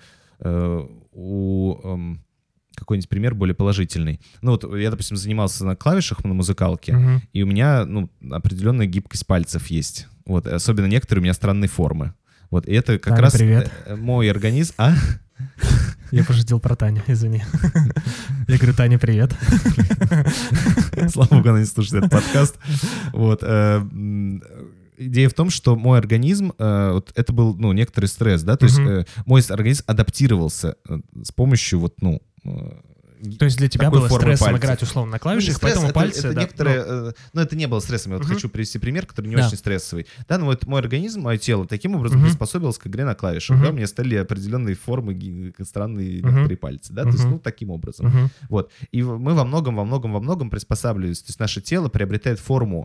S1: какой-нибудь пример более положительный. Ну, вот я, допустим, занимался на клавишах на музыкалке,
S2: Мгм.
S1: и у меня, определенная гибкость пальцев есть. Вот, особенно некоторые у меня странные формы. Вот, и это как
S2: Таня,
S1: раз
S2: привет.
S1: Мой организм...
S2: Я пошутил про Таню, извини. Я говорю, Таня, привет.
S1: Слава богу, она не слушает этот подкаст. Вот. Идея в том, что мой организм, вот это был, некоторый стресс, да, то есть мой организм адаптировался с помощью
S2: То есть для тебя
S1: такой
S2: было
S1: формы
S2: стрессом
S1: пальцев.
S2: играть условно на клавишах,
S1: стресс,
S2: поэтому
S1: это
S2: пальцы... да,
S1: некоторые, это не было стрессом. Я вот хочу привести пример, который не
S2: Да.
S1: очень стрессовый. Да, но вот мой организм, мое тело таким образом
S2: Мгм.
S1: приспособилось к игре на клавишах.
S2: Мгм.
S1: Да, у меня стали определенные формы, странные
S2: Мгм.
S1: некоторые пальцы. Да, то есть,
S2: Мгм.
S1: таким образом.
S2: Мгм.
S1: Вот. И мы во многом приспосабливаемся. То есть наше тело приобретает форму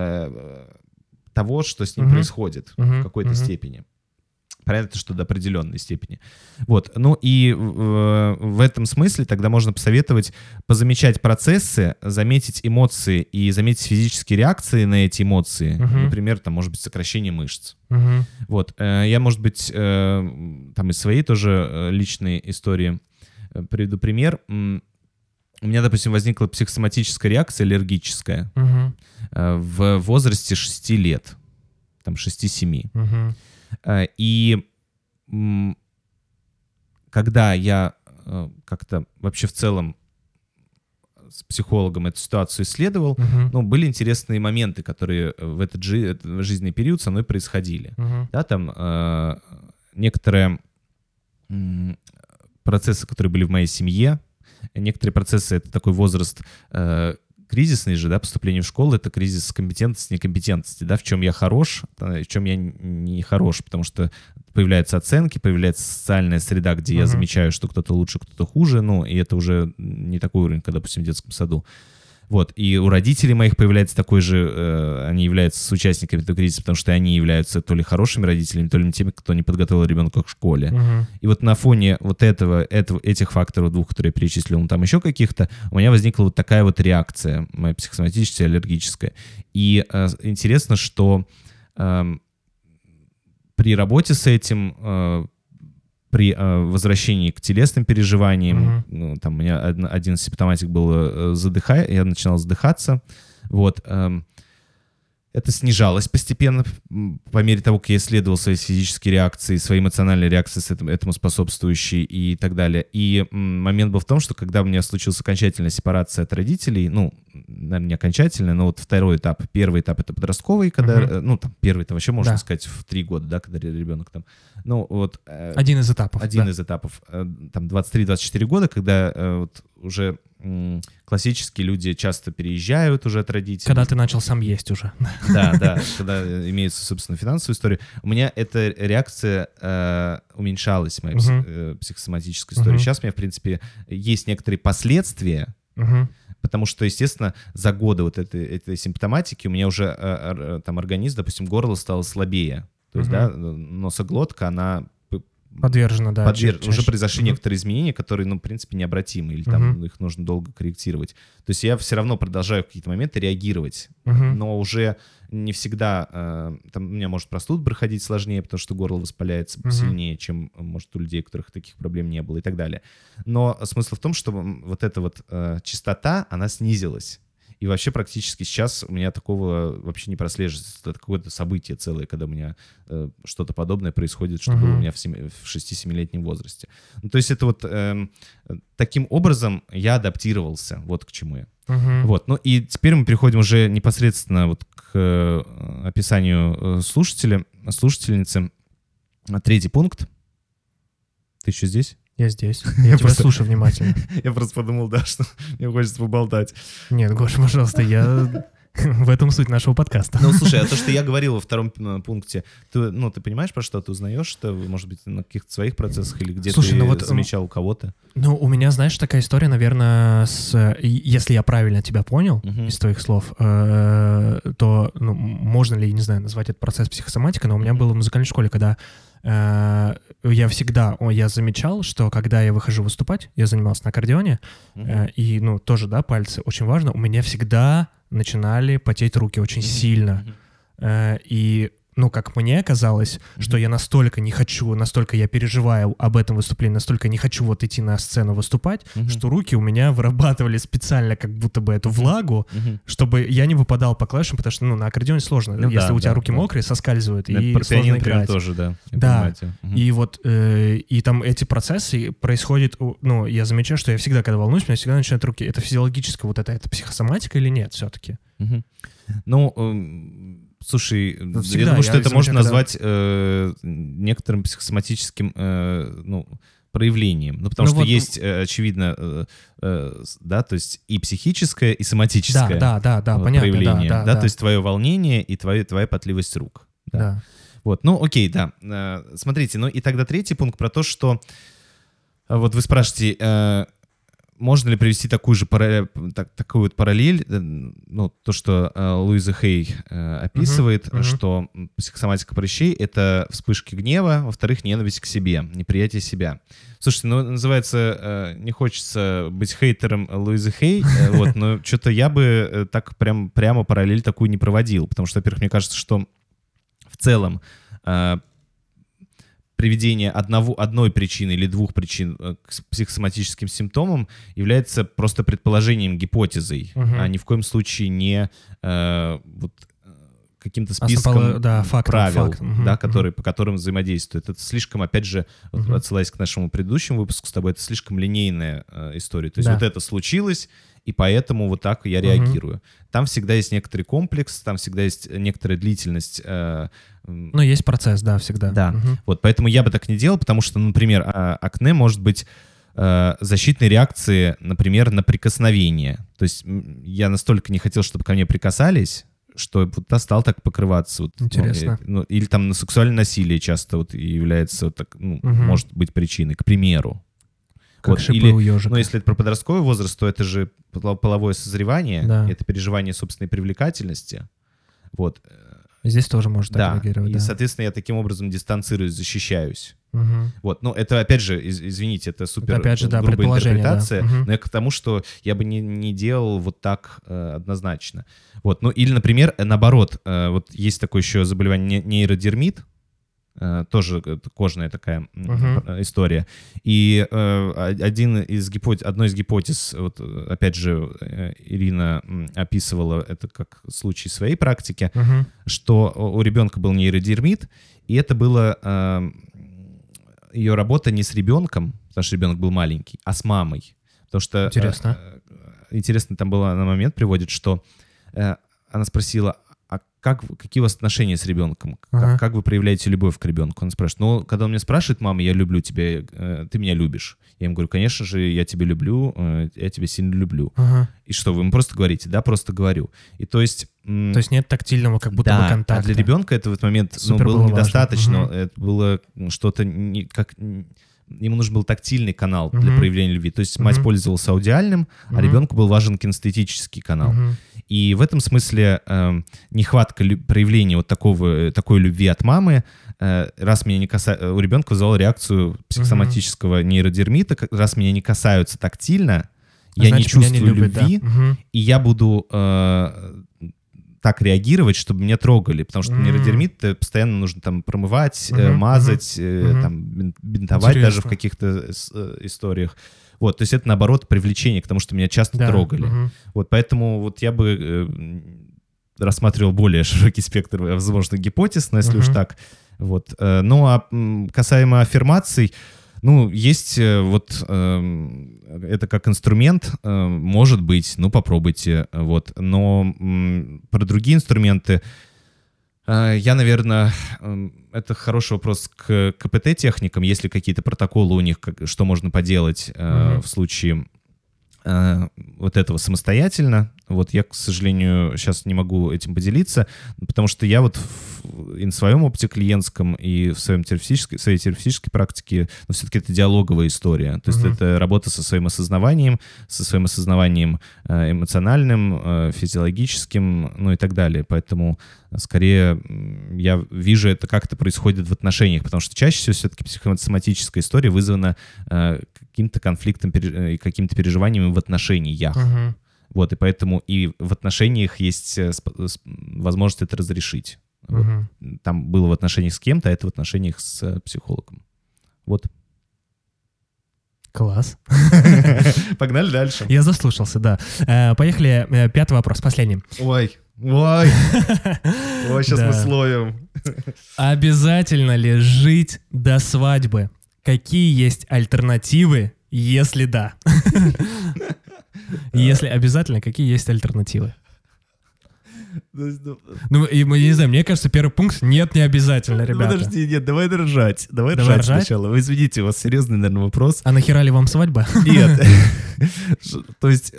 S1: того, что с ним
S2: Мгм.
S1: происходит
S2: Мгм.
S1: в какой-то
S2: Мгм.
S1: степени. Понятно, что до определенной степени. Вот. Ну и в этом смысле тогда можно посоветовать позамечать процессы, заметить эмоции и заметить физические реакции на эти эмоции.
S2: Мгм.
S1: Например, там может быть сокращение мышц.
S2: Мгм.
S1: Вот. Я, может быть, там из своей тоже личной истории приведу пример. У меня, допустим, возникла психосоматическая реакция аллергическая
S2: Мгм.
S1: в возрасте 6 лет, там 6-7.
S2: Мгм.
S1: И когда я как-то вообще в целом с психологом эту ситуацию исследовал,
S2: Мгм.
S1: были интересные моменты, которые в этот жизненный период со мной происходили.
S2: Мгм.
S1: Да, там некоторые процессы, которые были в моей семье, некоторые процессы — это такой возраст кризисный же, да, поступление в школу — это кризис компетентности, некомпетентности, да, в чем я хорош, в чем я не хорош, потому что появляются оценки, появляется социальная среда, где я замечаю, что кто-то лучше, кто-то хуже, и это уже не такой уровень, как, допустим, в детском саду. Вот, и у родителей моих появляется такой же, они являются соучастниками этого кризиса, потому что они являются то ли хорошими родителями, то ли теми, кто не подготовил ребенка к школе.
S2: Мгм.
S1: И вот на фоне вот этих факторов двух, которые я перечислил, там еще каких-то, у меня возникла вот такая вот реакция, моя психосоматическая, аллергическая. И интересно, что при работе с этим, при возвращении к телесным переживаниям, там у меня один симптоматик был я начинал задыхаться, вот, это снижалось постепенно по мере того, как я исследовал свои физические реакции, свои эмоциональные реакции, этому способствующие и так далее. И момент был в том, что когда у меня случилась окончательная сепарация от родителей, наверное, не окончательная, но вот второй этап. Первый этап — это подростковый, когда, там первый-то вообще, можно сказать, в 3 года, да, когда ребенок там,
S2: Один из этапов.
S1: Один
S2: да.
S1: из этапов, там, 23-24 года, когда вот уже классические люди часто переезжают уже от родителей.
S2: Когда ты начал сам есть уже.
S1: Да, когда имеется, собственно, финансовая история. У меня эта реакция уменьшалась, моя психосоматическая история.
S2: Мгм.
S1: Сейчас у меня, в принципе, есть некоторые последствия,
S2: Мгм.
S1: потому что, естественно, за годы вот этой симптоматики у меня уже там организм, допустим, горло стало слабее. То есть, да, носоглотка, она
S2: Подвержена, да.
S1: уже
S2: чаще.
S1: произошли некоторые изменения, которые, в принципе, необратимы, или там их нужно долго корректировать. То есть я все равно продолжаю в какие-то моменты реагировать, но уже не всегда, там у меня может простуда проходить сложнее, потому что горло воспаляется сильнее, чем, может, у людей, у которых таких проблем не было и так далее. Но смысл в том, что вот эта вот частота, она снизилась. И вообще практически сейчас у меня такого вообще не прослеживается. Это какое-то событие целое, когда у меня что-то подобное происходит, что было у меня в 6-7-летнем возрасте. То есть это вот таким образом я адаптировался, вот к чему я. Вот. Ну и теперь мы переходим уже непосредственно вот к описанию слушательницы. 3-й пункт. Ты еще здесь?
S2: Я здесь. Я тебя слушаю внимательно.
S1: Я просто подумал, да, что мне хочется поболтать.
S2: Нет, Гоша, пожалуйста, я В этом суть нашего подкаста.
S1: Ну, слушай, а то, что я говорил во втором пункте, ты понимаешь, про что ты узнаешь, что, может быть, на каких-то своих процессах или где
S2: Слушай,
S1: ты замечал у кого-то?
S2: Ну, у меня, знаешь, такая история, наверное, если я правильно тебя понял из твоих слов, то, можно ли, не знаю, назвать этот процесс психосоматикой, но у меня было в музыкальной школе, когда я замечал, что когда я выхожу выступать, я занимался на аккордеоне, и, тоже, да, пальцы, очень важно, у меня всегда начинали потеть руки очень сильно. И, как мне казалось, что я настолько не хочу, настолько я переживаю об этом выступлении, настолько не хочу вот идти на сцену выступать, что руки у меня вырабатывали специально как будто бы эту влагу, чтобы я не выпадал по клавишам, потому что, на аккордеоне сложно. Если у тебя руки мокрые, соскальзывают, и сложно играть.
S1: Тоже, да.
S2: Да, и вот, и там эти процессы происходят, я замечаю, что я всегда, когда волнуюсь, у меня всегда начинают руки. Это физиологическая вот это психосоматика или нет все-таки?
S1: Слушай, я думаю, что это можно назвать некоторым психосоматическим проявлением. Потому что есть, очевидно, да, то есть и психическое, и соматическое проявление.
S2: Понятно,
S1: да, то есть твое волнение и твоя потливость рук.
S2: Да.
S1: Вот, окей, да. Смотрите, и тогда третий пункт про то, что вот вы спрашиваете, можно ли привести такую вот параллель, то, что Луиза Хей описывает, что психосоматика прыщей — это вспышки гнева, во-вторых, ненависть к себе, неприятие себя. Слушайте, называется, не хочется быть хейтером Луизы Хей, но что-то я бы так прямо параллель такую не проводил, потому что, во-первых, мне кажется, что в целом приведение одной причины или двух причин к психосоматическим симптомам является просто предположением, гипотезой, а ни в коем случае не каким-то списком правил, по которым взаимодействуют. Это слишком, опять же, отсылаясь к нашему предыдущему выпуску с тобой, это слишком линейная история. То есть вот это случилось, и поэтому вот так я реагирую. Там всегда есть некоторый комплекс, там всегда есть некоторая длительность.
S2: Есть процесс, да, всегда.
S1: Да, вот поэтому я бы так не делал, потому что, например, акне может быть защитной реакцией, например, на прикосновение. То есть я настолько не хотел, чтобы ко мне прикасались, что стал так покрываться.
S2: Интересно.
S1: Или там на сексуальное насилие часто является, может быть причиной, к примеру.
S2: Как шипы у ежика.
S1: Если это про подростковый возраст, то это же половое созревание, это переживание собственной привлекательности. Вот.
S2: Здесь тоже может так реагировать.
S1: И, соответственно, я таким образом дистанцируюсь, защищаюсь. Вот. Это, опять же, извините, это супер грубая интерпретация, но я к тому, что я бы не делал вот так однозначно. Вот. Или, например, наоборот, вот есть такое еще заболевание нейродермит, тоже кожная такая история. И одной из гипотез, вот опять же, Ирина описывала это как случай своей практики, что у ребенка был нейродермит, и это было ее работа не с ребенком, потому что ребенок был маленький, а с мамой. Потому что интересно там было на момент приводит, что она спросила: какие у вас отношения с ребенком? Как вы проявляете любовь к ребенку? Он спрашивает. Когда он меня спрашивает: мама, я люблю тебя, ты меня любишь? Я ему говорю: конечно же, я тебя люблю, я тебя сильно люблю. И что, вы ему просто говорите? Да, просто говорю. И то есть
S2: нет тактильного как будто бы контакта.
S1: А для ребенка это в этот момент было недостаточно. Это было что-то ему нужен был тактильный канал для проявления любви. То есть мать пользовалась аудиальным, а ребенку был важен кинестетический канал. И в этом смысле нехватка проявления вот такой любви от мамы, раз меня не касается, у ребенка вызвала реакцию психосоматического нейродермита, раз меня не касаются тактильно, я не чувствую любви, и я буду так реагировать, чтобы меня трогали, потому что нейродермит постоянно нужно там промывать, мазать, там, бинтовать. Интересно. Даже в каких-то историях. Вот, то есть это, наоборот, привлечение к тому, что меня часто трогали. Вот, поэтому вот я бы рассматривал более широкий спектр возможных гипотез, но если уж так. Вот. Ну, а касаемо аффирмаций, есть вот это как инструмент, может быть, попробуйте, вот. Но про другие инструменты я, наверное, это хороший вопрос к КПТ-техникам, есть ли какие-то протоколы у них, что можно поделать в случае вот этого самостоятельно. Вот я, к сожалению, сейчас не могу этим поделиться, потому что я вот и на своем опыте клиентском, и в своей терапевтической практике, но все-таки это диалоговая история. То есть это работа со своим осознаванием эмоциональным, физиологическим, ну и так далее. Поэтому скорее я вижу это, как это происходит в отношениях, потому что чаще всего все-таки психосоматическая история вызвана каким-то конфликтом и какими-то переживаниями в отношениях. Вот, и поэтому и в отношениях есть возможность это разрешить. Вот. Там было в отношениях с кем-то, а это в отношениях с психологом. Вот.
S2: Класс.
S1: Погнали дальше.
S2: Я заслушался, да. Поехали. 5-й вопрос, последний.
S1: Ой, сейчас мы словим.
S2: Обязательно ли жить до свадьбы? Какие есть альтернативы, если да? Если обязательно, какие есть альтернативы? Ну, я не знаю, мне кажется, первый пункт — нет, не обязательно, ребята.
S1: Подожди, нет, давай ржать. Давай ржать сначала. Вы извините, у вас серьезный, наверное, вопрос.
S2: А нахера ли вам свадьба?
S1: Нет. То есть,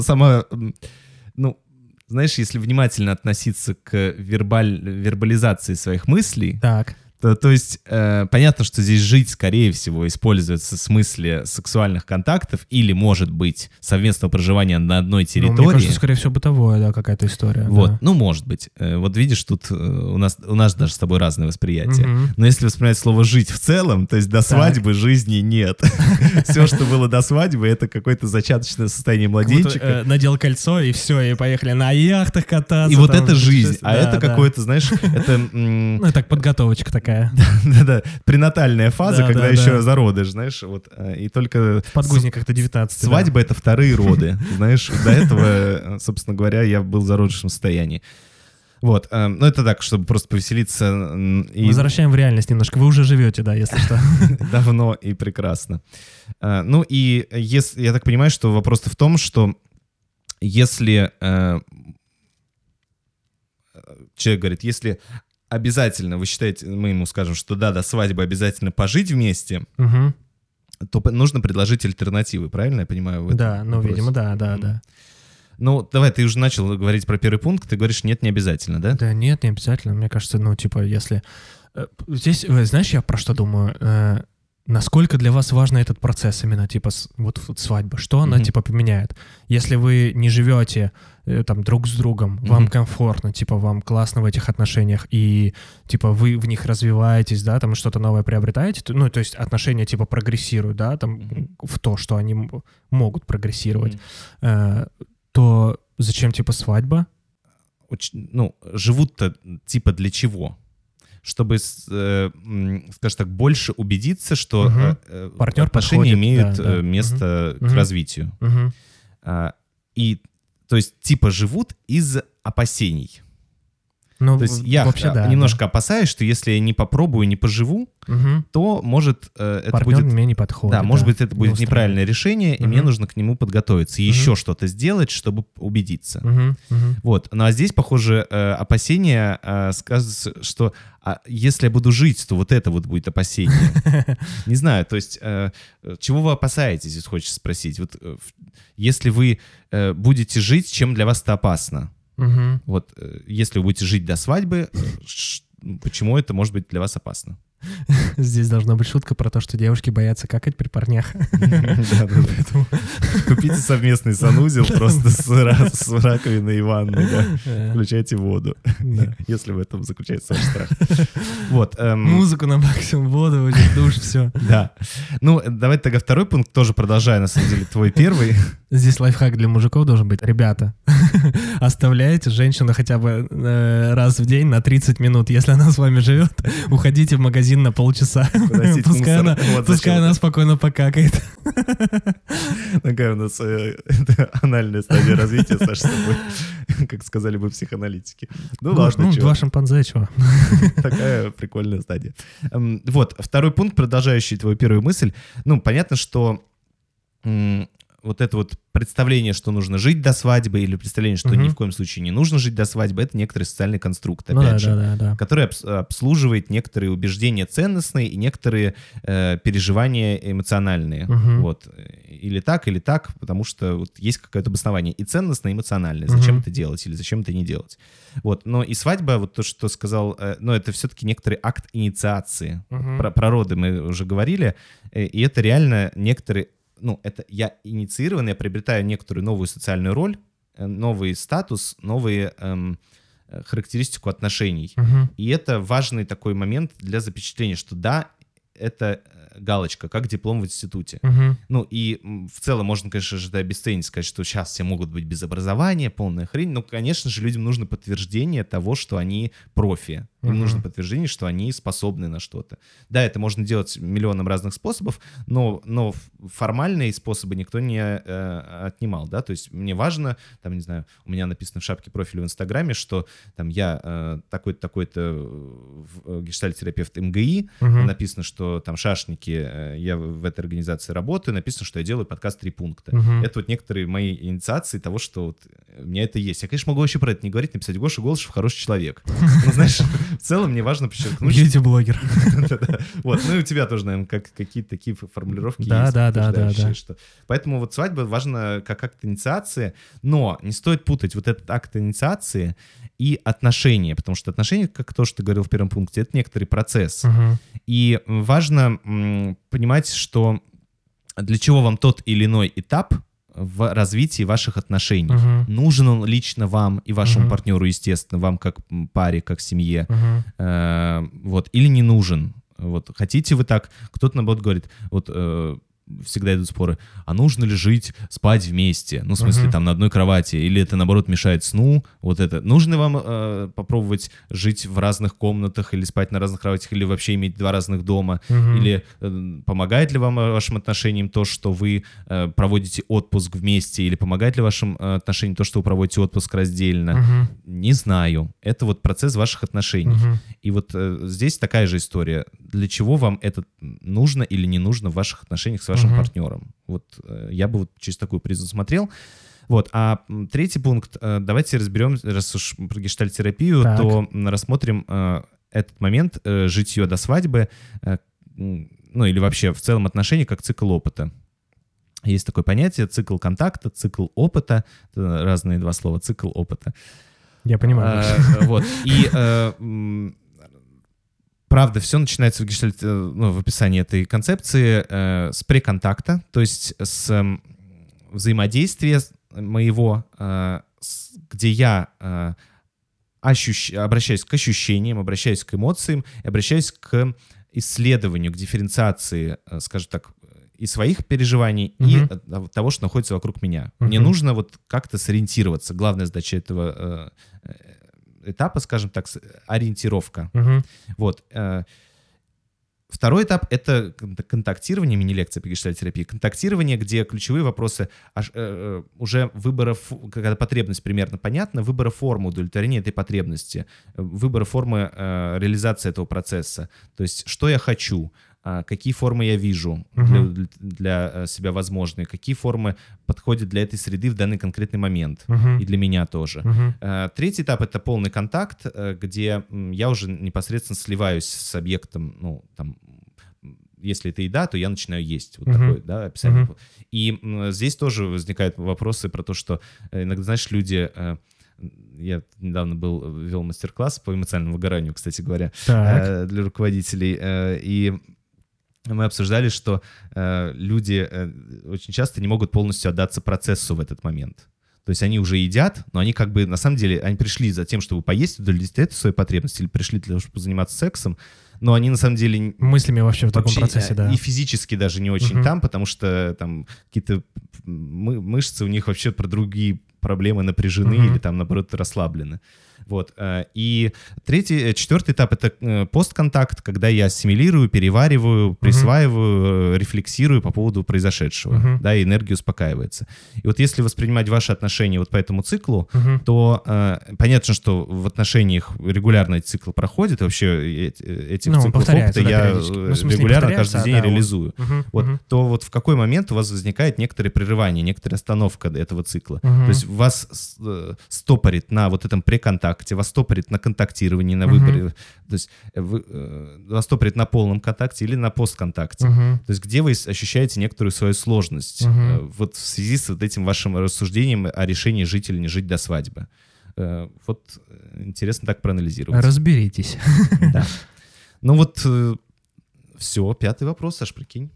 S1: знаешь, если внимательно относиться к вербализации своих мыслей,
S2: так.
S1: То есть понятно, что здесь жить, скорее всего, используется в смысле сексуальных контактов или, может быть, совместного проживания на одной территории.
S2: Ну, мне кажется, скорее всего, бытовое, да, какая-то история.
S1: Вот,
S2: да.
S1: Ну, может быть. Вот видишь, тут у нас даже с тобой разное восприятие. Но если воспринимать слово «жить» в целом, то есть до свадьбы жизни нет. Все, что было до свадьбы, это какое-то зачаточное состояние младенчика.
S2: Надел кольцо, и все, и поехали на яхтах кататься.
S1: И вот это жизнь. А это какое-то, знаешь, это...
S2: Ну, это подготовочка такая.
S1: Да-да, пренатальная фаза, когда еще зародыш, знаешь, вот, и только...
S2: В подгузниках до 19.
S1: Свадьба — это вторые роды, знаешь, до этого, собственно говоря, я был в зародышном состоянии. Вот, ну это так, чтобы просто повеселиться.
S2: Возвращаем в реальность немножко, вы уже живете, да, если что.
S1: Давно и прекрасно. Ну и я так понимаю, что вопрос-то в том, что если... Человек говорит, если... Обязательно, вы считаете, мы ему скажем, что да, до свадьбы обязательно пожить вместе, то нужно предложить альтернативы, правильно я понимаю?
S2: Да, ну, видимо, да.
S1: Ну, давай, ты уже начал говорить про первый пункт, ты говоришь, нет, не обязательно, да?
S2: Да нет, не обязательно, мне кажется, ну, типа, если... Здесь, знаешь, я про что думаю? Насколько для вас важен этот процесс именно, типа, вот свадьба? Что она, типа, поменяет? Если вы не живете там друг с другом, вам комфортно, типа, вам классно в этих отношениях, и, типа, вы в них развиваетесь, да, там что-то новое приобретаете, ну, то есть отношения, типа, прогрессируют, да, там, в то, что они могут прогрессировать, то зачем, типа, свадьба?
S1: Ну, живут-то, типа, для чего? Чтобы, скажем так, больше убедиться, что отношения имеют место к развитию. И, то есть, типа, живут из опасений.
S2: Ну,
S1: то есть я
S2: вообще,
S1: немножко опасаюсь, что если я не попробую, не поживу, то, может, это
S2: партнер
S1: будет...
S2: мне не подходит.
S1: Да, может быть, это будет неправильное решение, и мне нужно к нему подготовиться, еще что-то сделать, чтобы убедиться. Вот. Ну, а здесь, похоже, опасение сказывается, что если я буду жить, то вот это вот будет опасение. Не знаю, то есть, чего вы опасаетесь, если хочется спросить. Вот, если вы будете жить, чем для вас это опасно? Вот, если вы будете жить до свадьбы, почему это может быть для вас опасно?
S2: Здесь должна быть шутка про то, что девушки боятся какать при парнях.
S1: Купите совместный санузел просто с раковиной и ванной, включайте воду, если в этом заключается ваш страх. Вот.
S2: Музыку на максимум, воду, душ, все.
S1: Да. Ну, давайте тогда второй пункт, тоже продолжая, на самом деле, твой первый.
S2: Здесь лайфхак для мужиков должен быть. Ребята, оставляйте женщину хотя бы раз в день на 30 минут. Если она с вами живет, уходите в магазин на полчаса. Пускай она спокойно покакает.
S1: Такая у нас анальная стадия развития, Саша, с тобой, как сказали бы психоаналитики. Ну ладно,
S2: ну, два шимпанзе, чего?
S1: Такая прикольная стадия. Вот, второй пункт, продолжающий твою первую мысль. Ну, понятно, что вот это вот представление, что нужно жить до свадьбы, или представление, что ни в коем случае не нужно жить до свадьбы, это некоторый социальный конструкт, опять же, который обслуживает некоторые убеждения ценностные и некоторые переживания эмоциональные. Вот. Или так, потому что вот есть какое-то обоснование и ценностное, и эмоциональное. Зачем это делать или зачем это не делать. Вот. Но и свадьба, вот то, что сказал, это все-таки некоторый акт инициации. Про роды мы уже говорили, и это реально некоторые... это я инициированный, я приобретаю некоторую новую социальную роль, новый статус, новые характеристику отношений. И это важный такой момент для запечатления, что да, это галочка, как диплом в институте. И в целом можно, конечно же, обесценить, сказать, что сейчас все могут быть без образования, полная хрень, но, конечно же, людям нужно подтверждение того, что они профи. Им нужно подтверждение, что они способны на что-то. Да, это можно делать миллионом разных способов, но формальные способы никто не отнимал, да, то есть мне важно, там, не знаю, у меня написано в шапке профиля в Инстаграме, что там я такой-то гештальт-терапевт МГИ, написано, что там шашники, я в этой организации работаю, написано, что я делаю подкаст 3 пункта. Это вот некоторые мои инициации того, что вот у меня это есть. Я, конечно, могу вообще про это не говорить, написать: Гоша Голышев хороший человек. Ну, знаешь, в целом мне важно подчеркнуть...
S2: Бьюти-блогер.
S1: Вот, и у тебя тоже, наверное, какие-то такие формулировки есть.
S2: Да.
S1: Поэтому вот свадьба важна как акт инициации, но не стоит путать вот этот акт инициации и отношения, потому что отношения, как то, что ты говорил в первом пункте, это некоторый процесс. И важно понимать, что для чего вам тот или иной этап в развитии ваших отношений. Нужен он лично вам и вашему партнеру, естественно, вам как паре, как семье, вот, или не нужен. Вот, хотите вы так, кто-то, наоборот, говорит, вот, всегда идут споры, а нужно ли жить, спать вместе, ну, в смысле, там, на одной кровати, или это, наоборот, мешает сну, вот это. Нужно вам попробовать жить в разных комнатах, или спать на разных кроватях, или вообще иметь 2 разных дома, или помогает ли вам вашим отношениям то, что вы проводите отпуск вместе, или помогает ли вашим отношениям то, что вы проводите отпуск раздельно? Не знаю. Это вот процесс ваших отношений. И вот здесь такая же история. Для чего вам это нужно или не нужно в ваших отношениях с вашим партнером? Вот я бы вот через такую призму смотрел. Вот. А 3-й пункт. Давайте разберем, раз уж про гештальт-терапию, то рассмотрим этот момент житье до свадьбы, ну или вообще в целом отношения как цикл опыта. Есть такое понятие цикл контакта, цикл опыта. Это разные 2 слова. Цикл опыта.
S2: Я понимаю.
S1: Вот. И правда, все начинается в описании этой концепции с преконтакта, то есть с взаимодействия моего, где я обращаюсь к ощущениям, обращаюсь к эмоциям, обращаюсь к исследованию, к дифференциации, скажем так, и своих переживаний, и того, что находится вокруг меня. Мне нужно вот как-то сориентироваться. Главная задача этого этапа, скажем так, ориентировка. Вот. 2-й этап — это контактирование, мини-лекция по гештальт-терапии. Контактирование, где ключевые вопросы уже выбора, когда потребность примерно понятна, выбора формы удовлетворения этой потребности, выбора формы реализации этого процесса. То есть, что я хочу, какие формы я вижу для себя возможные, какие формы подходят для этой среды в данный конкретный момент, и для меня тоже. 3-й этап — это полный контакт, где я уже непосредственно сливаюсь с объектом, ну, там, если это еда, то я начинаю есть. Вот такое, да, описание. И здесь тоже возникают вопросы про то, что иногда, знаешь, люди... Я недавно вел мастер-класс по эмоциональному выгоранию, кстати говоря, для руководителей, и мы обсуждали, что люди очень часто не могут полностью отдаться процессу в этот момент. То есть они уже едят, но они как бы, на самом деле, они пришли за тем, чтобы поесть, удовлетворить эту свою потребность, или пришли для того, чтобы заниматься сексом, но они на самом деле...
S2: Мыслями вообще в таком процессе, да.
S1: И физически даже не очень там, потому что там какие-то мышцы у них вообще про другие проблемы напряжены или там, наоборот, расслаблены. Вот. И четвертый этап — это постконтакт, когда я ассимилирую, перевариваю, присваиваю, рефлексирую по поводу произошедшего, да, и энергия успокаивается. И вот если воспринимать ваши отношения вот по этому циклу, то понятно, что в отношениях регулярно этот цикл проходит, и вообще эти циклы опыта я регулярно каждый день реализую. То вот в какой момент у вас возникает некоторое прерывание, некоторая остановка этого цикла. То есть вас стопорит на вот этом преконтакте, вас стопорит на контактировании, на выборе, то есть вас стопорит на полном контакте или на постконтакте. То есть где вы ощущаете некоторую свою сложность вот в связи с вот этим вашим рассуждением о решении жить или не жить до свадьбы. Вот интересно так проанализировать.
S2: Разберитесь.
S1: Да. Ну вот все, 5-й вопрос, Саш, прикинь.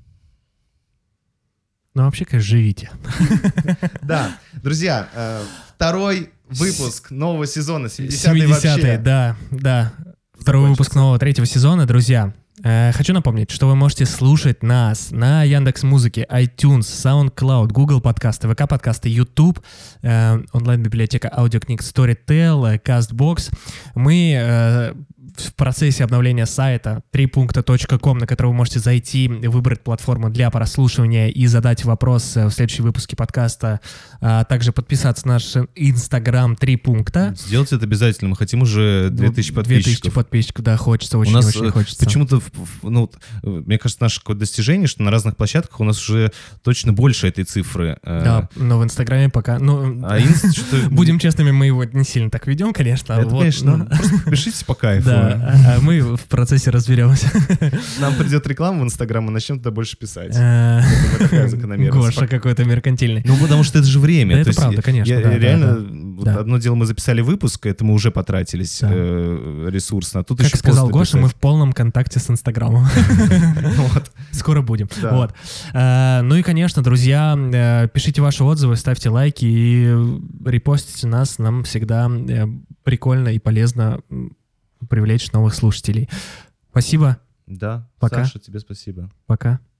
S2: Ну, вообще, конечно, живите.
S1: Да, друзья, 2-й выпуск нового сезона, 70-й вообще.
S2: Да. 2-й выпуск нового 3-го сезона, друзья. Хочу напомнить, что вы можете слушать нас на Яндекс.Музыке, iTunes, SoundCloud, Google подкасты, ВК подкасты, YouTube, онлайн-библиотека аудиокниг Storytel, CastBox. Мы в процессе обновления сайта 3punkta.com, на который вы можете зайти, выбрать платформу для прослушивания и задать вопрос в следующем выпуске подкаста, а также подписаться на наш Instagram 3 пункта.
S1: Сделать это обязательно, мы хотим уже 2000 подписчиков.
S2: 2000 подписчиков, да, хочется, очень хочется.
S1: Почему-то, мне кажется, наше какое-то достижение, что на разных площадках у нас уже точно больше этой цифры.
S2: Да, но в Инстаграме пока, будем честными, мы его не сильно так ведем, конечно.
S1: Это, конечно, просто пишите по кайфу.
S2: Да, а мы в процессе разберемся.
S1: Нам придет реклама в Инстаграм, мы начнем туда больше писать. Такая закономерность.
S2: Гоша какой-то меркантильный.
S1: Ну, потому что это же время.
S2: Это правда, конечно.
S1: Реально, одно дело, мы записали выпуск, это мы уже потратились ресурсно. Тут
S2: как сказал Гоша, мы в полном контакте с Инстаграмом. Скоро будем. Ну и, конечно, друзья, пишите ваши отзывы, ставьте лайки и репостите нас. Нам всегда прикольно и полезно привлечь новых слушателей. Спасибо.
S1: Да,
S2: пока.
S1: Саша, тебе спасибо.
S2: Пока.